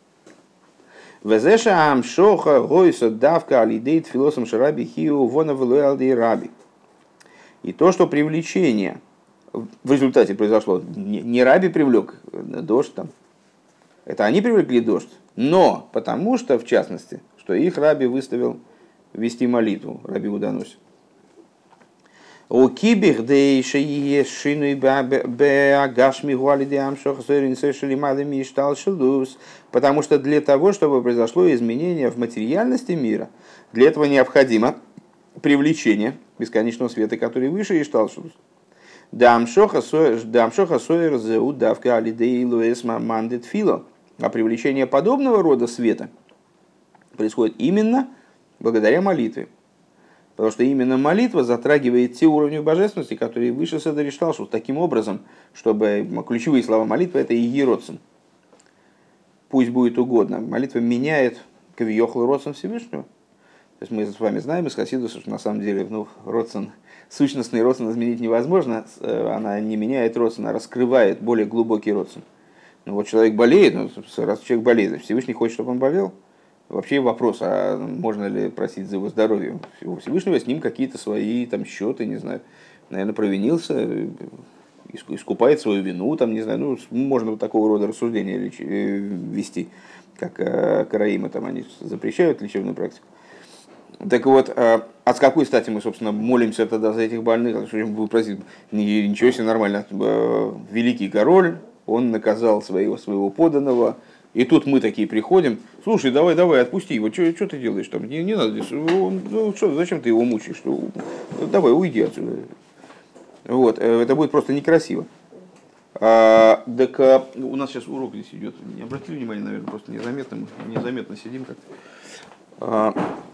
A: Везеша Амшоха Гойса Давка Алидейт Филосом Шараби Хиу Вона Велуэлди Раби. И то, что привлечение в результате произошло, не Раби привлек дождь там. Это они привлекли дождь, но потому что, в частности, что их Раби выставил вести молитву, Раби Уданоси. Потому что для того, чтобы произошло изменение в материальности мира, для этого необходимо привлечение бесконечного света, который выше Ишталшус. Дамшоха соер зеу давка алидей луэсма мандет фило. А привлечение подобного рода света происходит именно благодаря молитве. Потому что именно молитва затрагивает те уровни божественности, которые выше Седер Ишталшус, таким образом, чтобы ключевые слова молитвы это и Ероцен. Пусть будет угодно. Молитва меняет кавиохл Роцен Всевышнего. То есть мы с вами знаем из Хасидуса, что на самом деле ну, Роцен, сущностный Роцен изменить невозможно. Она не меняет Роцен, а раскрывает более глубокий Роцен. Ну вот человек болеет, ну, раз человек болеет, Всевышний хочет, чтобы он болел. Вообще вопрос, а можно ли просить за его здоровье? У Всевышнего с ним какие-то свои там счеты, не знаю, наверное, провинился, искупает свою вину, там, не знаю, ну, можно вот такого рода рассуждения вести, как караимы, там они запрещают лечебную практику. Так вот, а с какой стати мы, собственно, молимся тогда за этих больных? Вы просите, ничего себе, нормально, великий король, он наказал своего, своего подданного, И тут мы такие приходим, слушай, давай, давай, отпусти его, что ты делаешь там, не, не надо, ну, что, зачем ты его мучаешь, ну, давай, уйди отсюда. Вот, это будет просто некрасиво. А, так а, у нас сейчас урок здесь идет, не обратили внимания, наверное, просто незаметно, мы незаметно сидим как-то. А,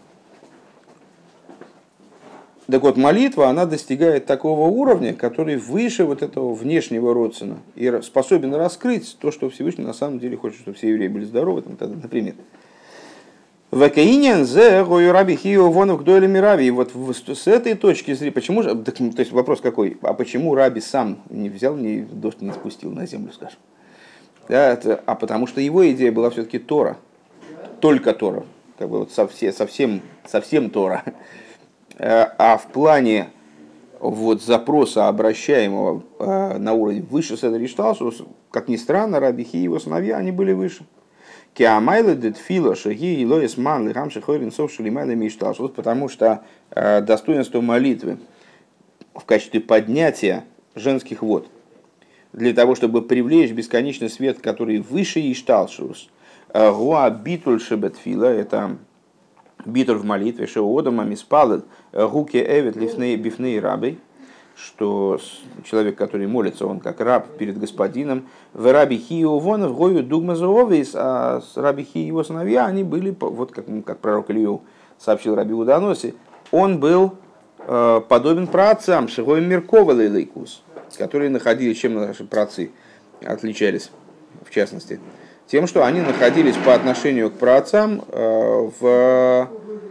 A: так вот, молитва, она достигает такого уровня, который выше вот этого внешнего родствена и способен раскрыть то, что Всевышний на самом деле хочет, чтобы все евреи были здоровы, там, тогда, например. Вакаинен зе гою раби хио вонух дойле мирави. И вот с этой точки зрения, почему же, то есть вопрос какой, а почему раби сам не взял, не дождь не спустил на землю, скажем? Да, это, а потому что его идея была все-таки Тора, только Тора, как бы вот совсем, совсем, совсем Тора. А в плане вот запроса, обращаемого на уровень выше Седер Ишталшус, как ни странно, раби Хи и его сыновья, они были выше. Потому что достоинство молитвы в качестве поднятия женских вод, для того, чтобы привлечь бесконечный свет, который выше Ишталшус, гуа битуль шебетфила, это битуль в молитве, шеодам амиспалет, гуке эвет лифней бифней рабей, что человек, который молится, он как раб перед господином. В раби Хи вон в гою дугмазоовис, а раби Хи и его сыновья, они были, вот как, как пророк Илью сообщил раби Уданоси, он был э, подобен праотцам, шигой мерковал лейкус, которые находились, чем наши праотцы отличались, в частности, тем, что они находились по отношению к праотцам э, в...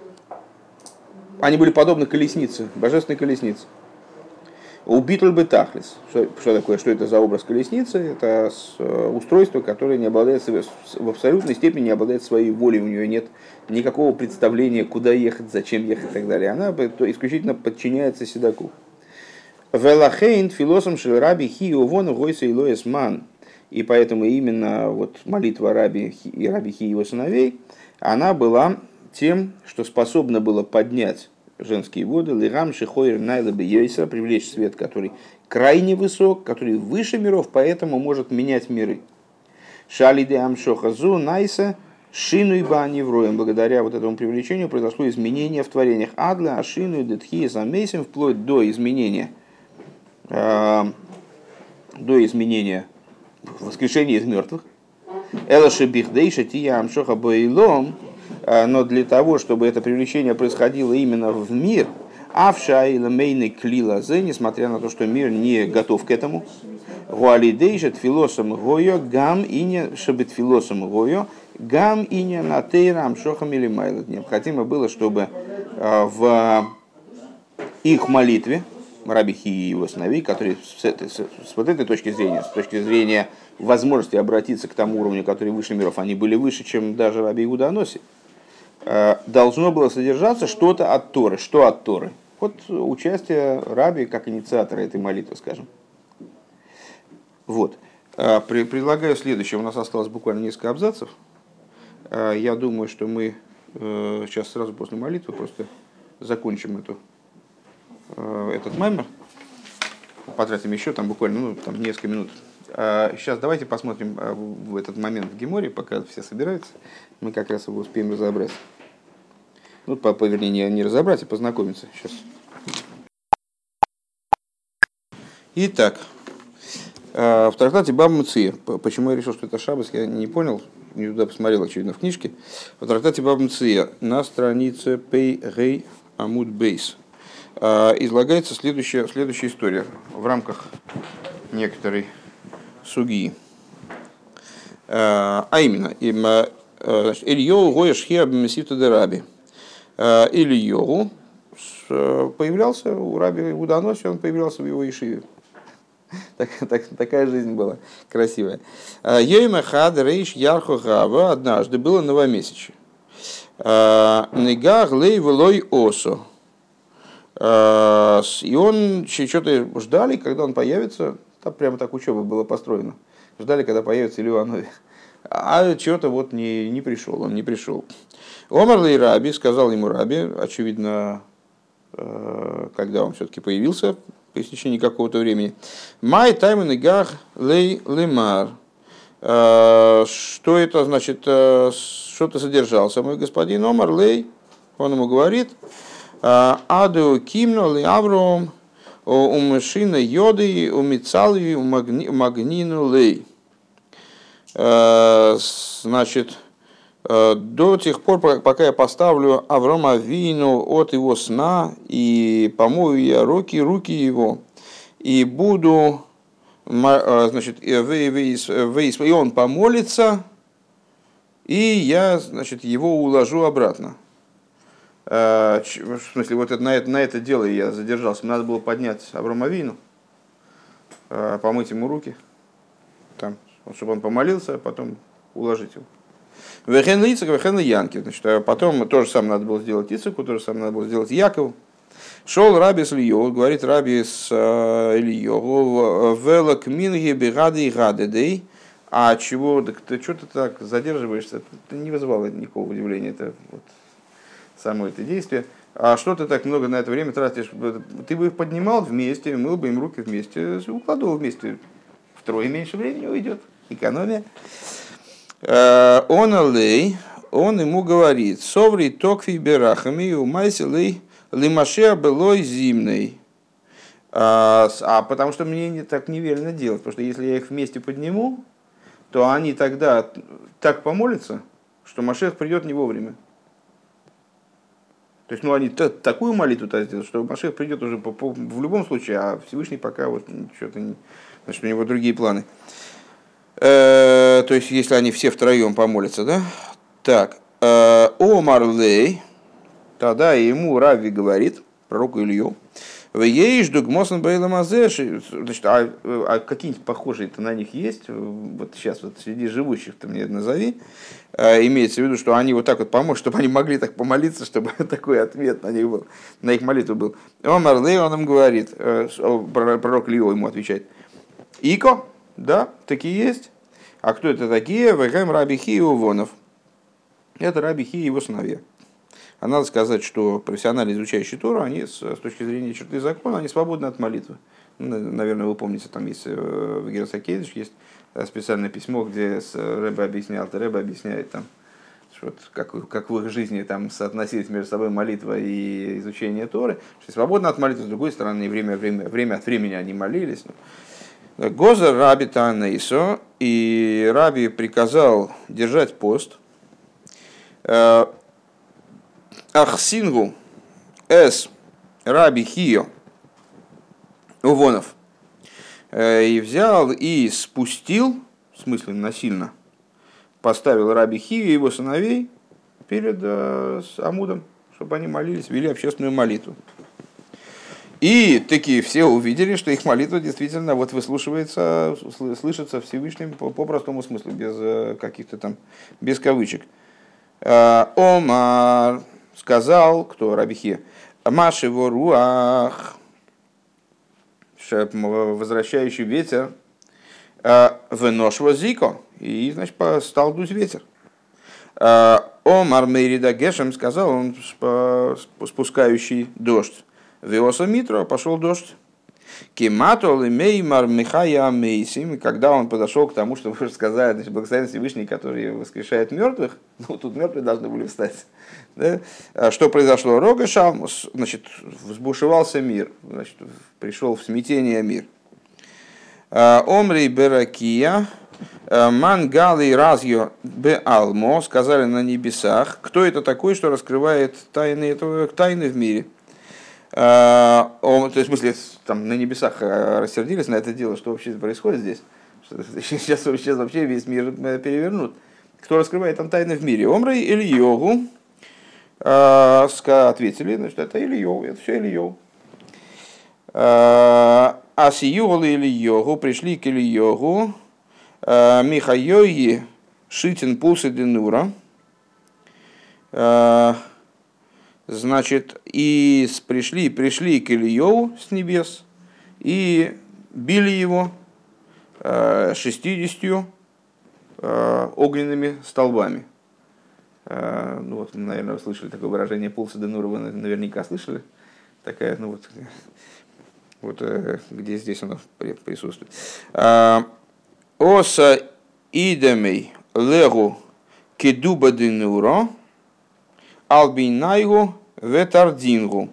A: Они были подобны колеснице, божественной колеснице. Убитуль бы тахлис. Что, что такое? Что это за образ колесницы? Это устройство, которое не обладает, в абсолютной степени не обладает своей волей. У нее нет никакого представления, куда ехать, зачем ехать и так далее. Она исключительно подчиняется седаку. Велахейн филосом шел раби хи увон гойса илоес ман. И поэтому именно вот молитва раби и раби Хи и его сыновей, она была тем, что способна была поднять женские воды, лирам шихойр найла бейса, привлечь свет, который крайне высок, который выше миров, поэтому может менять миры. Шалиде амшохазу найса шину и бани вроем. Благодаря вот этому привлечению произошло изменение в творениях адля, ашину и детхи замесим, вплоть до изменения, э, до изменения воскрешения из мертвых. Элаши бихдейша тия амшоха боилом. Но для того, чтобы это привлечение происходило именно в мир, авша и ламейны клилазе, несмотря на то, что мир не готов к этому, гуалидейшет филосом гойо гам ине шебет филосом гойо гам ине натейрам шохам или майлот. Необходимо было, чтобы в их молитве раби Хи и его сыновей, которые с, этой, с, с вот этой точки зрения, с точки зрения возможности обратиться к тому уровню, который выше миров, они были выше, чем даже раби Иуда Аноси, должно было содержаться что-то от Торы. Что от Торы? Вот участие раби как инициатора этой молитвы, скажем. Вот. Предлагаю следующее. У нас осталось буквально несколько абзацев. Я думаю, что мы сейчас сразу после молитвы просто закончим эту, этот маймер. Потратим еще там буквально ну, там несколько минут. Сейчас давайте посмотрим в этот момент в Геморе, пока все собираются. Мы как раз его успеем разобрать. Ну, по, по, вернее, не разобрать, а познакомиться. Сейчас. Итак, в трактате Бава Меция. Почему я решил, что это Шаббос, я не понял. Не туда посмотрел, очевидно, в книжке. В трактате Бава Меция на странице Пей Гей Амуд Бейс излагается следующая, следующая история в рамках некоторой суги. А именно, Ильёу гоя шхиа б'месивта де раби. Ильёу появлялся у раби Иуда Аноси, он появлялся в его ешиве. Так, так, такая жизнь была красивая. Йойма хад рейш ярхо гава, однажды было новомесячье. Негах лей влой осо. И он что-то ждали, когда он появится. Там прямо так учеба была построена. Ждали, когда появится Илью Анови. А что-то вот не, не пришел, он не пришел. Омар лей раби, сказал ему раби, очевидно, когда он все-таки появился, по истечении какого-то времени. Май таймен игах лей лемар. Что это значит, что ты содержался? Мой господин Омар Лей, он ему говорит, Аду кимно ли Авром, у мышины йоды, у мицалви, у магнину лей. Значит, до тех пор, пока я поставлю Аврома Вину от его сна и помою я руки, руки его, и буду, значит, и он помолится, и я, значит, его уложу обратно. В смысле, вот это, на, это, на это дело я задержался. Надо было поднять Аврома Вину, помыть ему руки, там, чтобы он помолился, а потом уложить его. Вехен Ицек, вехен Янки. Значит, потом то же самое надо было сделать Ицеку, то же самое надо было сделать Якову. Шел Раби с Ильёву, говорит Раби с Ильёву, велок минги бегады и гадедей. А чего, так ты что ты так задерживаешься? Ты не вызывало никакого удивления, это вот само это действие. А что ты так много на это время тратишь? Ты бы их поднимал вместе, мыл бы им руки вместе, укладывал вместе. Втрое меньше времени уйдет. Экономия. Он алей, он ему говорит, соври токви берахами умайселей лимашеа былой зимной. А, а потому что мне не, так неверно делать, потому что если я их вместе подниму, то они тогда так помолятся, что Машех придет не вовремя. То есть, ну, они такую молитву сделают, что Машех придет уже по, по, в любом случае, а Всевышний пока вот что-то не, значит, у него другие планы. То есть, если они все втроем помолятся, да? Так, Омар Лей, тогда ему Рави говорит, пророку Илью, «Веешь дугмосан бейламазеш». Значит, а, а какие-нибудь похожие-то на них есть? Вот сейчас вот среди живущих-то мне назови. Имеется в виду, что они вот так вот помогут, чтобы они могли так помолиться, чтобы такой ответ на них был, на их молитву был. Омар Лей, он им говорит, пророк Илью ему отвечает, «Ико». Да, такие есть. А кто это такие? Вэгэм Раби Хи и Увонов. Это Раби Хи и его сыновья. А надо сказать, что профессионально изучающие Тору, они с, с точки зрения черты закона, они свободны от молитвы. Наверное, вы помните, там есть в Гераса Кейдиш есть специальное письмо, где Рэбе объяснял, Рэбе объясняет там, что как, как в их жизни там соотносились между собой молитва и изучение Торы, что свободно от молитвы, с другой стороны, время, время, время от времени они молились. Гоза Раби Танейсо, и Раби приказал держать пост. Ахсингу эс Раби Хио Увонов. И взял и спустил, в смысле насильно, поставил Раби Хио и его сыновей перед Амудом, чтобы они молились, вели общественную молитву. И такие все увидели, что их молитва действительно вот выслушивается, слышится Всевышним по, по простому смыслу, без каких-то там, без кавычек. Омар сказал, кто Раби Хия, Маши воруах, возвращающий ветер, венош возико, и, значит, стал дуть ветер. Омар Мейрида Гешем сказал, он спускающий дождь. Веоса Митро, пошел дождь. Кематол и Меймар Михая Мейсим, когда он подошел к тому, что вы уже сказали, значит, благословен Всевышний, который воскрешает мертвых, ну тут мертвые должны были встать. Да? Что произошло? Рога Шалмус, значит, взбушевался мир, значит, пришел в смятение мир. Омри Беракия, Мангали Разьо Беалмо, сказали на небесах, кто это такой, что раскрывает тайны, этого, тайны в мире. Uh, он, то есть, в смысле, там на небесах рассердились на это дело, что вообще происходит здесь. Сейчас, сейчас вообще весь мир перевернут. Кто раскрывает там тайны в мире? Омрей или Йогу? Uh, ответили, значит, это Ильёв, это все Ильёв. Uh, а Сиюгал и Ильёгу пришли к Ильёгу. Uh, Михайои Шитин Пулсы Денура. Uh, Значит, и пришли, пришли к Ильеву с небес и били его шестьюдесятью огненными столбами. Ну вот, наверное, вы слышали такое выражение Пулса де Нура, вы наверняка слышали. Такая, ну вот, вот где здесь оно присутствует. Оса идемей легу кедуба денуро албинайгу ветардингу.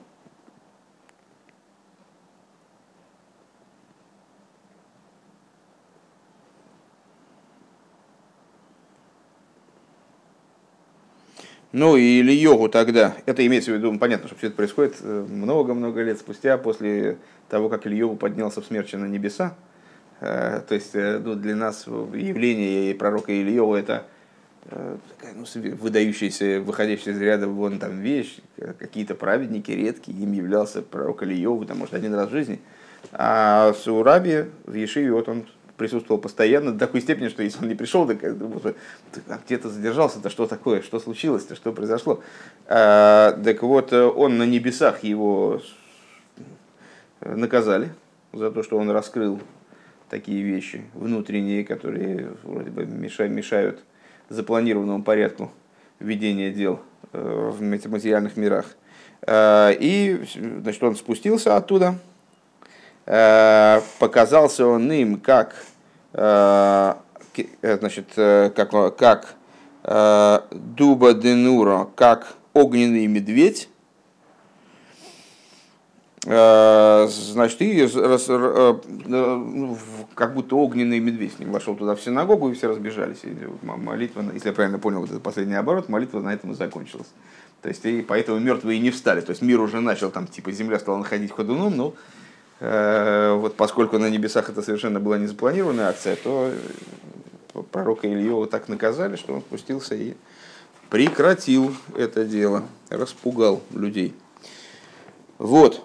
A: Ну и Ильёгу тогда, это имеется в виду, понятно, что все это происходит много-много лет спустя, после того, как Ильёгу поднялся в смерчи на небеса. То есть ну, для нас явление пророка Ильёгу это такая, ну, выдающаяся, выходящая из ряда вон там вещь, какие-то праведники редкие, им являлся пророк Ильёгу, там, может, один раз в жизни. А в Сураби, в Ешиве, вот он присутствовал постоянно до такой степени, что если он не пришел, так где-то задержался, то что такое, что случилось-то, что произошло. А, так вот, он на небесах его наказали за то, что он раскрыл такие вещи внутренние, которые вроде бы мешают, мешают запланированному порядку ведения дел в материальных мирах. И, значит, он спустился оттуда, показался он им как, значит, как, как дуба денура, как огненный медведь. Значит, и как будто огненный медведь с ним вошел туда в синагогу, и все разбежались. И молитва, если я правильно понял, вот этот последний оборот, молитва на этом и закончилась. То есть, и поэтому мертвые не встали. То есть, мир уже начал, там, типа, земля стала находить ходуном, но э, вот поскольку на небесах это совершенно была не запланированная акция, то пророка Ильёва так наказали, что он спустился и прекратил это дело, распугал людей. Вот.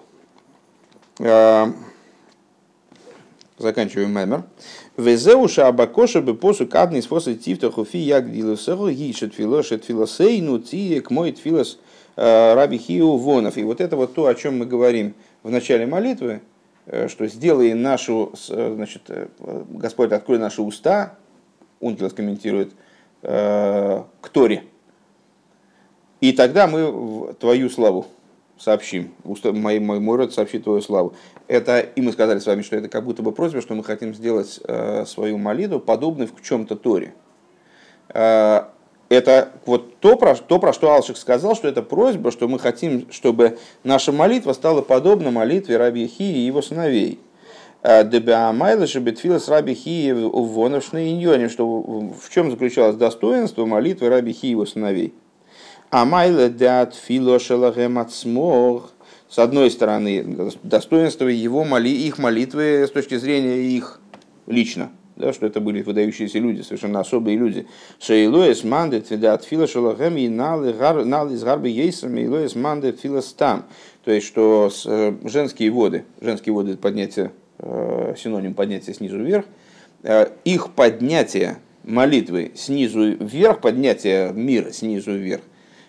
A: Заканчиваем маймер. Везеуша абакоша бы посу кадный способ тифтаху фи як дилусаху гишет филошет филосейну тиек мой тфилос раби хиу вонов. И вот это вот то, о чем мы говорим в начале молитвы, что сделай нашу, значит, Господь, открой наши уста, Ункилос комментирует, к Торе, и тогда мы твою славу сообщим, мой, мой, мой род сообщит твою славу. Это, и мы сказали с вами, что это как будто бы просьба, что мы хотим сделать э, свою молитву подобной в чем-то Торе. Э, это вот то про, то, про что Алших сказал, что это просьба, что мы хотим, чтобы наша молитва стала подобна молитве раби Хии и его сыновей. Дебеамайлыша бетфилас раби Хии увоновшный иньоне, что в чем заключалось достоинство молитвы раби Хии и его сыновей. Амайла дат филошелагем ацмор. С одной стороны, достоинство его моли, их молитвы с точки зрения их лично, да, что это были выдающиеся люди, совершенно особые люди. Шейлоес мандет дат филошелагем и нал из гарби ейсам илоес мандет филостам. То есть, что женские воды, женские воды это поднятие, синоним поднятия снизу вверх, их поднятие молитвы снизу вверх, поднятие мира снизу вверх,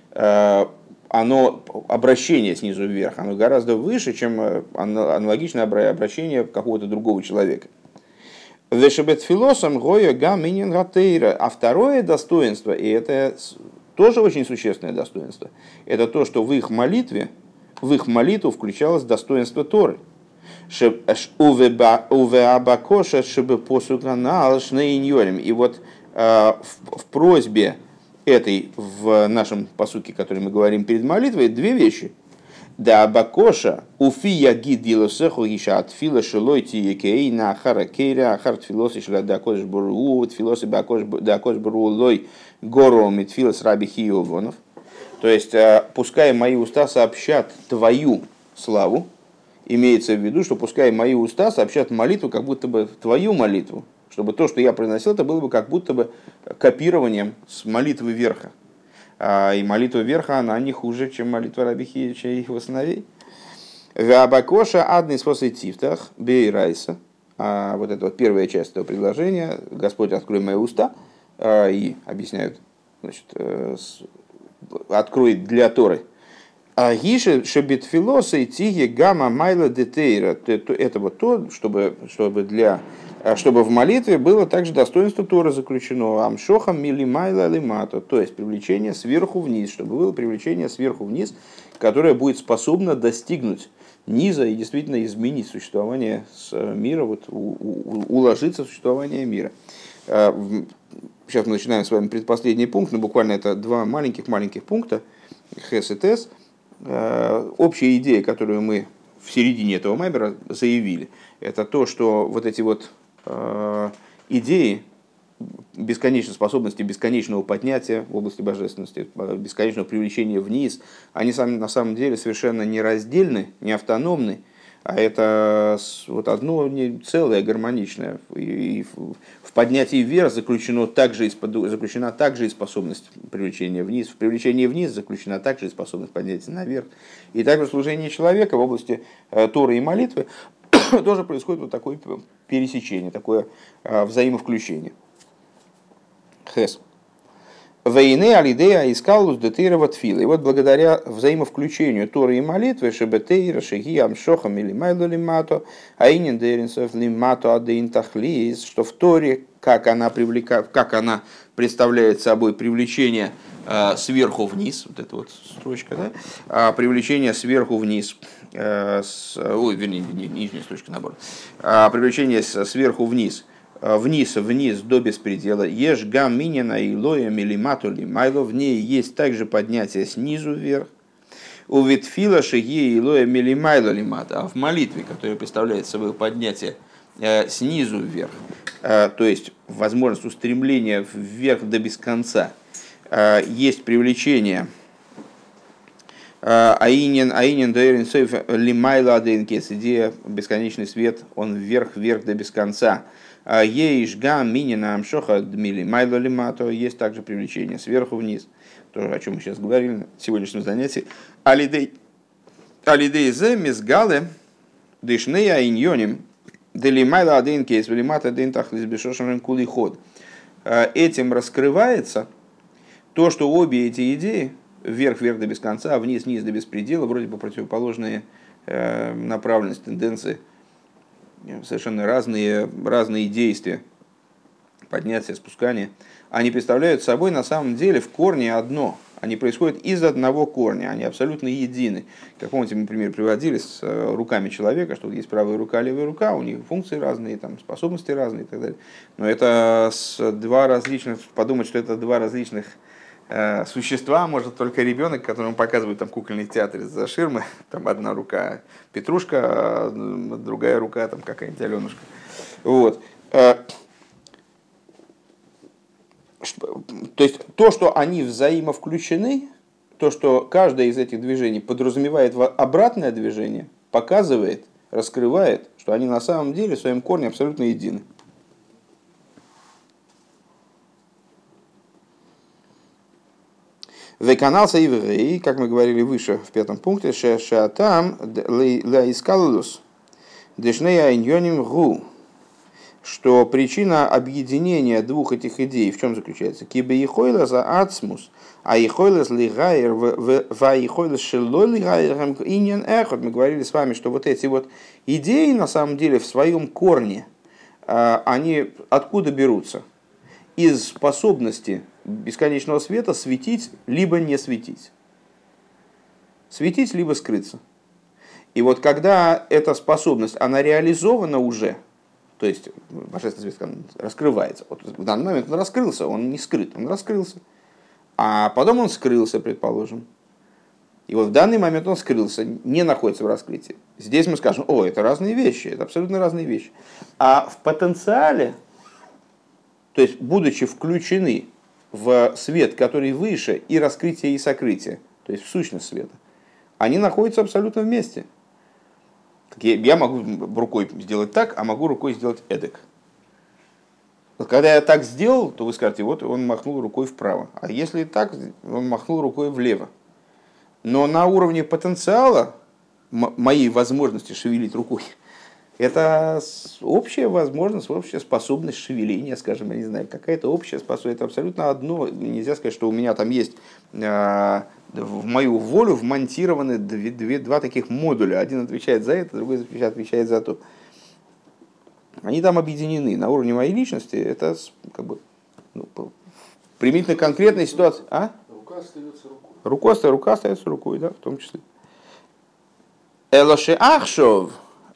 A: оно, обращение снизу вверх, оно гораздо выше, чем аналогичное обращение какого-то другого человека. А второе достоинство, и это тоже очень существенное достоинство, это то, что в их молитве, в их молитву включалось достоинство Торы. И вот в просьбе этой, в нашем пасуке, который мы говорим перед молитвой, две вещи. Да абакоша уфи ягид дилосеху иша от фила шелойти екей на ахара кейра ахар тфилоси шла да кош буру тфилоси да кош буру лой горо митфилос раби хиовонов. То есть, пускай мои уста сообщат твою славу, имеется в виду, что пускай мои уста сообщат молитву, как будто бы твою молитву, чтобы то, что я произносил, это было бы как будто бы копированием с молитвы верха. И молитва верха, она не хуже, чем молитва раби Хиича и его сыновей. Вабакоша адный способ тифтах бейрайса. Вот это вот первая часть этого предложения. Господь, открой мои уста. И объясняют, значит, открой для Торы. А гише шебитфилоса и тиги гамма майла детейра. Это вот то, чтобы, чтобы для... чтобы в молитве было также достоинство Торы заключено, амшохам мили майла лимато, то есть привлечение сверху вниз, чтобы было привлечение сверху вниз, которое будет способно достигнуть низа и действительно изменить существование мира, вот, у, у, уложиться в существование мира. Сейчас мы начинаем с вами предпоследний пункт, но буквально это два маленьких-маленьких пункта, Хес и Тес. Общая идея, которую мы в середине этого маймера заявили, это то, что вот эти вот идеи бесконечной способности, бесконечного поднятия в области божественности, бесконечного привлечения вниз, они сами, на самом деле совершенно не раздельны, не автономны, а это вот одно целое, гармоничное. И в поднятии вверх заключено также и, заключена также и способность привлечения вниз, в привлечении вниз заключена также и способность поднятия наверх. И также в служении человека в области Торы и молитвы тоже происходит вот такое пересечение, такое взаимовключение. Хес. Вейне алидея искалус детейрова тфила. И вот благодаря взаимовключению Торы и молитвы, шебетейра, шеги, амшохам или майло лимато, аинин деринсов лимато адеин тахлис, что в Торе, как она, привлека, как она представляет собой привлечение э, сверху вниз, вот эта вот строчка, да, а привлечение сверху вниз, э, с, ой, вернее, не, нижняя строчка, наоборот, а привлечение сверху вниз, вниз, вниз до беспредела. Еш гам минина и лоя милимату лимайло. В ней есть также поднятие снизу вверх. У ветфила шеги и лоя милимайло лимата. А в молитве, которая представляет собой поднятие э, снизу вверх, э, то есть возможность устремления вверх до без конца, э, есть привлечение Аинин Аинин Дайрин Сейф Лимайла Аденкес, идея бесконечный свет, он вверх, вверх до без конца. Ейшга Минина Амшоха Дмили Майло Лимато, есть также привлечение сверху вниз, то, о чем мы сейчас говорили на сегодняшнем занятии. Алидей Алидей Зе Мизгале Дышнея Иньоним Делимайла Аденкес Лимата Дентах Лизбешошем Кули Ход. Этим раскрывается то, что обе эти идеи, вверх, вверх до без конца, а вниз, вниз до беспредела, вроде бы противоположные э, направленности, тенденции, совершенно разные, разные действия, поднятия, спускания, они представляют собой на самом деле в корне одно. Они происходят из одного корня, они абсолютно едины. Как помните, мы пример приводили с руками человека, что есть правая рука, левая рука, у них функции разные, там, способности разные и так далее. Но это с два различных, подумать, что это два различных существа может только ребенок, которому показывают там кукольный театр из-за ширмы, там одна рука Петрушка, а другая рука там какая-нибудь Аленушка. Вот. То есть то, что они взаимовключены, то, что каждое из этих движений подразумевает обратное движение, показывает, раскрывает, что они на самом деле в своем корне абсолютно едины. Веканалса евреи, как мы говорили выше в пятом пункте, шеатам лаискалус дешнея иньоним гу, что причина объединения двух этих идей в чем заключается? Кибе ехойла за ацмус, а ехойла лигайр ва ехойла шело лигайром иньон эхот. Мы говорили с вами, что вот эти вот идеи на самом деле в своем корне, они откуда берутся? Из способности бесконечного света светить, либо не светить. Светить, либо скрыться. И вот когда эта способность, она реализована уже, то есть божественный свет раскрывается. Вот в данный момент он раскрылся, он не скрыт, он раскрылся. А потом он скрылся, предположим. И вот в данный момент он скрылся, не находится в раскрытии. Здесь мы скажем, о, это разные вещи, это абсолютно разные вещи. А в потенциале, то есть будучи включены в свет, который выше, и раскрытие, и сокрытие, то есть в сущность света, они находятся абсолютно вместе. Я могу рукой сделать так, а могу рукой сделать эдак. Вот когда я так сделал, то вы скажете, вот он махнул рукой вправо. А если так, он махнул рукой влево. Но на уровне потенциала моей возможности шевелить рукой, это общая возможность, общая способность шевеления, скажем, я не знаю, какая-то общая способность. Это абсолютно одно. Нельзя сказать, что у меня там есть э, в мою волю вмонтированы две, две, два таких модуля. Один отвечает за это, другой отвечает за то. Они там объединены. На уровне моей личности это как бы ну, применительно конкретная ситуация. А?
B: Рука остается рукой.
A: Рука, рука остается рукой, да, в том числе. Элоше ахшов.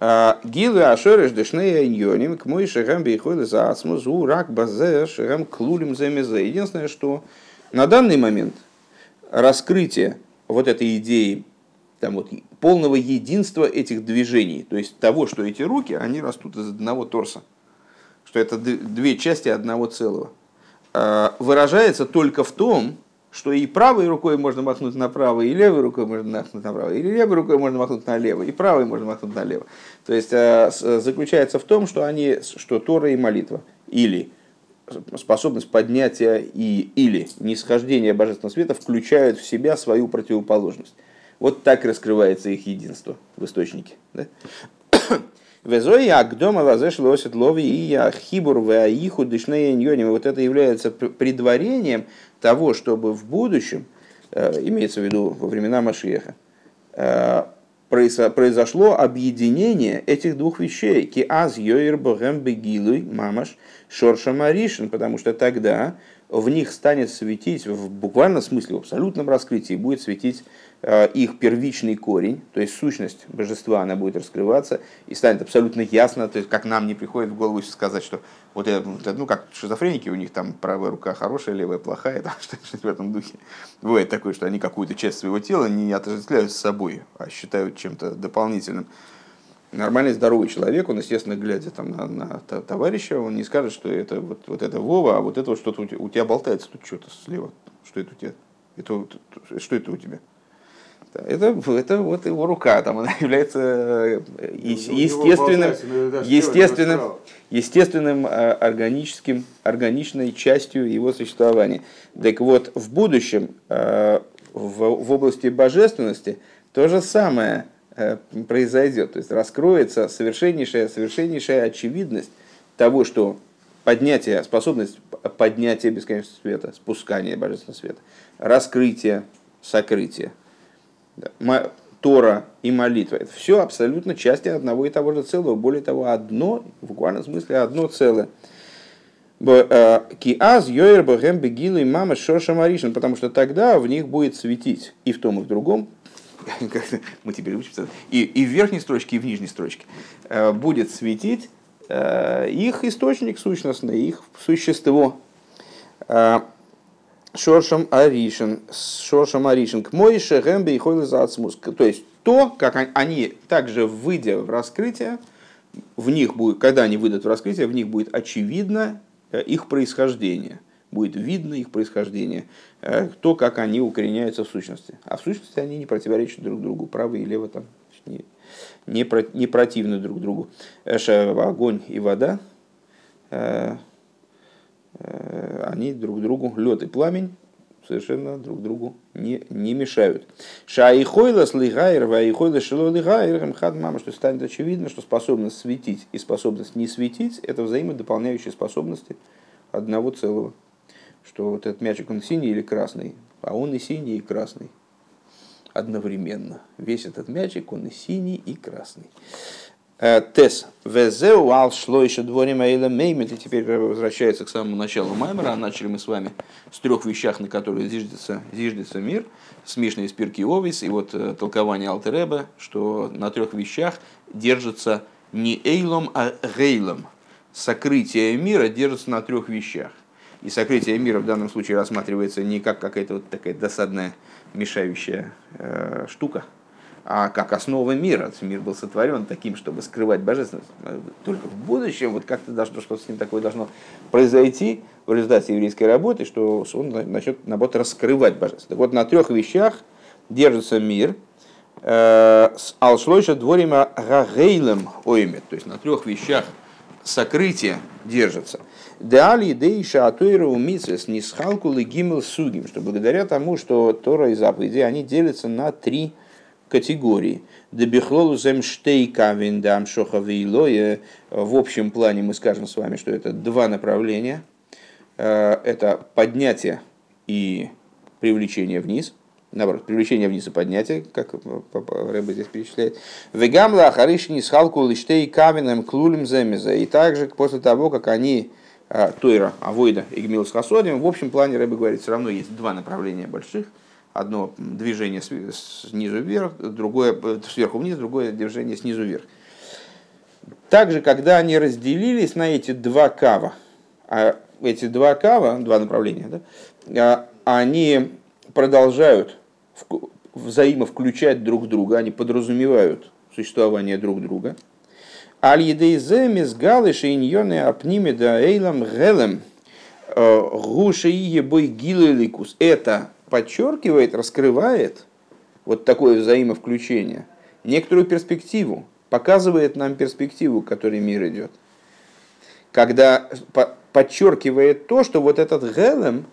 A: Гилы ашереш дешнея иньоним к мой шагам бейхойли за ацмус у рак базе шагам клулим замезе. Единственное, что на данный момент раскрытие вот этой идеи там вот, полного единства этих движений, то есть того, что эти руки, они растут из одного торса, что это две части одного целого, выражается только в том, что и правой рукой можно махнуть направо, и левой рукой можно махнуть направо, или левой рукой можно махнуть налево, и правой можно махнуть налево. То есть заключается в том, что они, что Тора и молитва, или способность поднятия и, или нисхождения божественного света включают в себя свою противоположность. Вот так раскрывается их единство в источнике. Вот это является предварением того, чтобы в будущем, имеется в виду во времена Машиаха, произошло объединение этих двух вещей. Киаз йоир богем бегилуй мамаш шорша маришин, потому что тогда в них станет светить, в буквальном смысле, в абсолютном раскрытии, будет светить их первичный корень, то есть сущность божества, она будет раскрываться и станет абсолютно ясно, то есть как нам не приходит в голову сказать, что вот это, ну как шизофреники, у них там правая рука хорошая, левая плохая, там, что-то в этом духе. Бывает такое, что они какую-то часть своего тела не отождествляют с собой, а считают чем-то дополнительным. Нормальный здоровый человек, он, естественно, глядя там, на, на товарища, он не скажет, что это вот, вот это Вова, а вот это вот что-то у тебя, у тебя болтается тут что-то слева. Что это у тебя? Это, что это у тебя? Это, это вот его рука, там она является естественным, естественным, естественным органическим, органичной частью его существования. Так вот, в будущем, в, в области божественности, то же самое произойдет. То есть раскроется совершеннейшая, совершеннейшая очевидность того, что поднятие, способность поднятия бесконечного света, спускания божественного света, раскрытие, сокрытие, Тора и молитва. Это все абсолютно части одного и того же целого. Более того, одно, в буквальном смысле, одно целое. Киаз йоэр богем бегилу и мама шорша маришин, потому что тогда в них будет светить и в том, и в другом. Мы теперь учимся. И, и в верхней строчке, и в нижней строчке будет светить их источник сущностный, их существо. Шоршам Аришин, Шоршам Аришин, к Мойше, Гэмбе и Хойлезацмус. То есть то, как они, также выйдя в раскрытие, в них будет, когда они выйдут в раскрытие, в них будет очевидно их происхождение. Будет видно их происхождение, то, как они укореняются в сущности. А в сущности они не противоречат друг другу, право и лево там не, не, про, не противны друг другу. Огонь и вода, они друг другу, лед и пламень, совершенно друг другу не, не мешают. Шаихойла слигайр, ваихойла шило лигайр, мхад мама, что станет очевидно, что способность светить и способность не светить – это взаимодополняющие способности одного целого. Что вот этот мячик, он синий или красный, а он и синий, и красный одновременно. Весь этот мячик, он и синий, и красный. Тес. Везеу ал шло еще дворим аэла меймет. И теперь возвращается к самому началу Маймера. Начали мы с вами с трех вещах, на которые зиждется, зиждется мир. С Мишной из Пирки Овис. И вот толкование Алтер Ребе, что на трех вещах держится не эйлом, а гейлом. Сокрытие мира держится на трех вещах. И сокрытие мира в данном случае рассматривается не как какая-то вот такая досадная мешающая э, штука, а как основа мира. Мир был сотворен таким, чтобы скрывать божественность. Только в будущем вот как-то должно, что-то с ним такое должно произойти в результате еврейской работы, что он начнет, наоборот, раскрывать божественность. Так вот, на трех вещах держится мир. С алшлойша дворима гагейлем оймет. То есть на трех вещах сокрытие держится. Деали дейша атойра умисвес нисхалку легимел сугим. Что благодаря тому, что Тора и заповеди, они делятся на три категории. Дебихлолу земштейка виндам шохавейлое. В общем плане мы скажем с вами, что это два направления. Это поднятие и привлечение вниз. Наоборот, привлечение вниз и поднятие, как Рэбе здесь перечисляет. Вегамла харишни схалку лиштей каменем клулем земезе. И также после того, как они Тойра, Авойда и Гмилус Хасодим, в общем плане Рэбе говорит, все равно есть два направления больших. Одно движение снизу вверх, другое сверху вниз, другое движение снизу вверх. Также, когда они разделились на эти два кава, а эти два кава, два направления, да, они продолжают взаимовключать друг друга, они подразумевают существование друг друга. Аль-Едейзе мизгалы шейньоны апнимеда эйлам гелем гушеие бой гилеликус. Это подчеркивает, раскрывает вот такое взаимовключение, некоторую перспективу, показывает нам перспективу, к которой мир идет. Когда подчеркивает то, что вот этот гелем,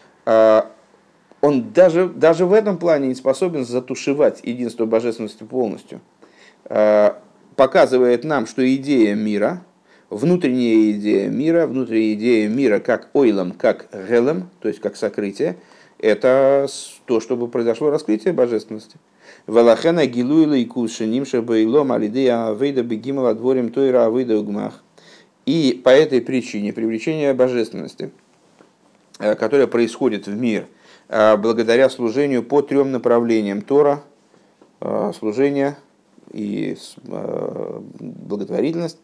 A: он даже, даже в этом плане не способен затушевать единство божественности полностью. Показывает нам, что идея мира, внутренняя идея мира, внутренняя идея мира как ойлам, как гелем, то есть как сокрытие, это то, чтобы произошло раскрытие божественности. Валахена гилуила и кушаним шабайлом алидея авейда бегимала дворим тойра авейда угмах. И по этой причине привлечение божественности, которое происходит в мир благодаря служению по трем направлениям: Тора, служение и благотворительность,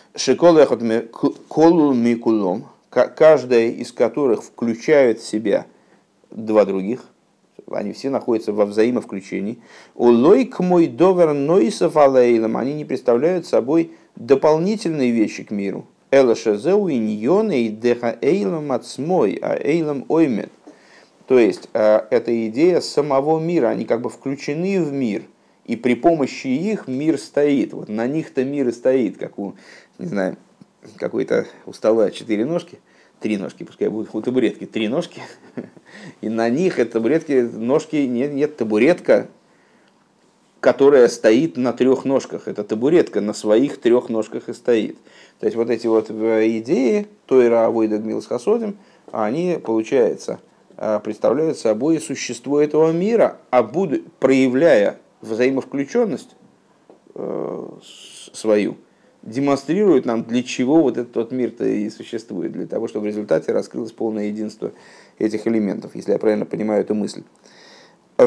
A: колул микулом, каждая из которых включает в себя два других, они все находятся во взаимовключении. Улойк мой довер нойсов алейлам, они не представляют собой дополнительные вещи к миру. Элашазеу иньоне и деха эйлам ацмой, а эйлам оймет. То есть это идея самого мира, они как бы включены в мир, и при помощи их мир стоит. Вот на них-то мир и стоит, как у, не знаю, какой-то у стола четыре ножки, три ножки, пускай будут у табуретки, три ножки, и на них это табуретки, ножки, нет, нет, табуретка, которая стоит на трех ножках. Это табуретка на своих трех ножках и стоит. То есть вот эти вот идеи, Тойра Авойда Гмилс Хасодим, они, получается, представляют собой существо этого мира, а будут, проявляя взаимовключенность э, свою, демонстрируют нам, для чего вот этот вот мир-то и существует. Для того, чтобы в результате раскрылось полное единство этих элементов, если я правильно понимаю эту мысль. И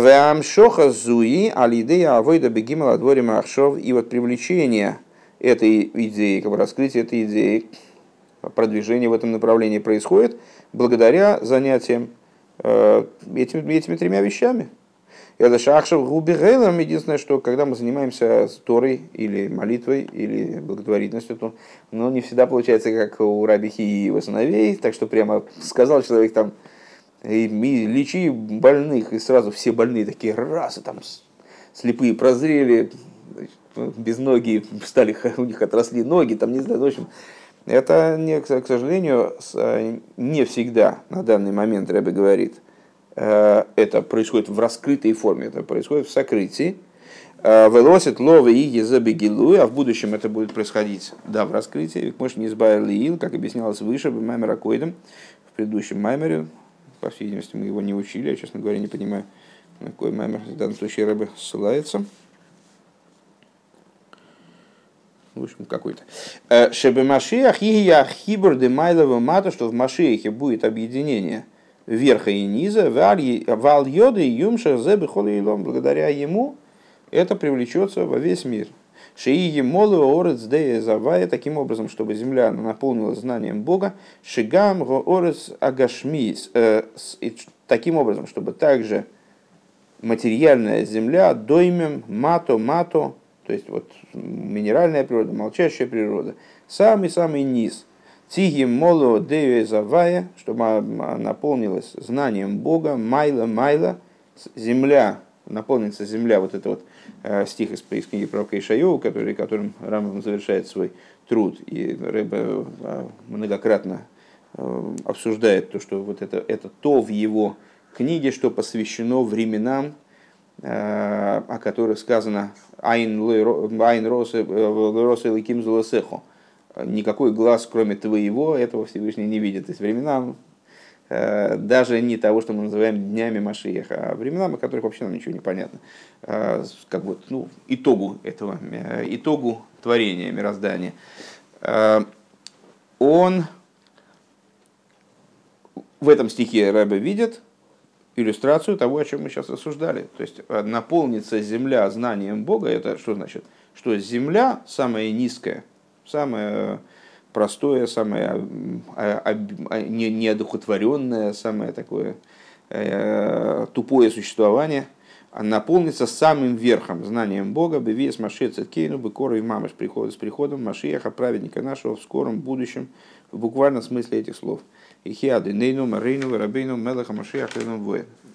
A: вот привлечение этой идеи, как бы раскрытие этой идеи, продвижение в этом направлении происходит благодаря занятиям э, этими, этими тремя вещами. Это шахшев губи гейлам. Единственное, что когда мы занимаемся Торой или молитвой или благотворительностью, то ну, не всегда получается, как у Раби Хии и его сыновей. Так что прямо сказал человек там, и лечи больных, и сразу все больные такие раз, и там слепые прозрели, без ноги стали, у них отросли ноги, там не знаю, в общем. Это, не, к сожалению, не всегда на данный момент Рэбе говорит. Это происходит в раскрытой форме, это происходит в сокрытии. Велосит ловы и езабегилуй, а в будущем это будет происходить, да, в раскрытии. Может, не избавил, как объяснялось выше, в маймера койдом, в предыдущем маймере. По всей видимости, мы его не учили, я, честно говоря, не понимаю, на какой маймер в данном случае Рэбе ссылается. В общем, какой-то. Шебе Машиах и хибур де майлова мата, что в Машиахе будет объединение верха и низа, вал йоды и юмша зебы холилом, благодаря ему это привлечется во весь мир. Шии молы орец дея завая, таким образом, чтобы земля наполнилась знанием Бога, шигам орец агашмис, таким образом, чтобы также материальная земля доймем мато мато, то есть вот минеральная природа, молчащая природа, самый-самый низ. Тиги моло дея завая, чтобы наполнилась знанием Бога, майла майла, земля, наполнится земля, вот это вот э, стих из, из книги пророка Ишайова, который, которым Рамбам завершает свой труд, и Рэбе э, многократно э, обсуждает то, что вот это, это то в его книге, что посвящено временам, э, о которых сказано «Айн росе ликим зуласехо», никакой глаз, кроме твоего, этого Всевышний не видит. То есть временам, даже не того, что мы называем днями Машиаха, а временам, о которых вообще нам ничего не понятно. Как вот, ну, итогу этого, итогу творения, мироздания. Он в этом стихе Рэбе видит иллюстрацию того, о чем мы сейчас рассуждали. То есть наполнится земля знанием Бога, это что значит? Что земля самая низкая, самое простое, самое неодухотворенное, самое такое тупое существование, наполнится самым верхом, знанием Бога, бевес Машия Цеткейну, бекорой мамыш, приходит с приходом Машиаха, праведника нашего, в скором будущем, в буквальном смысле этих слов. И хиады нейну марейну рабейну мелаха Машиаха воин.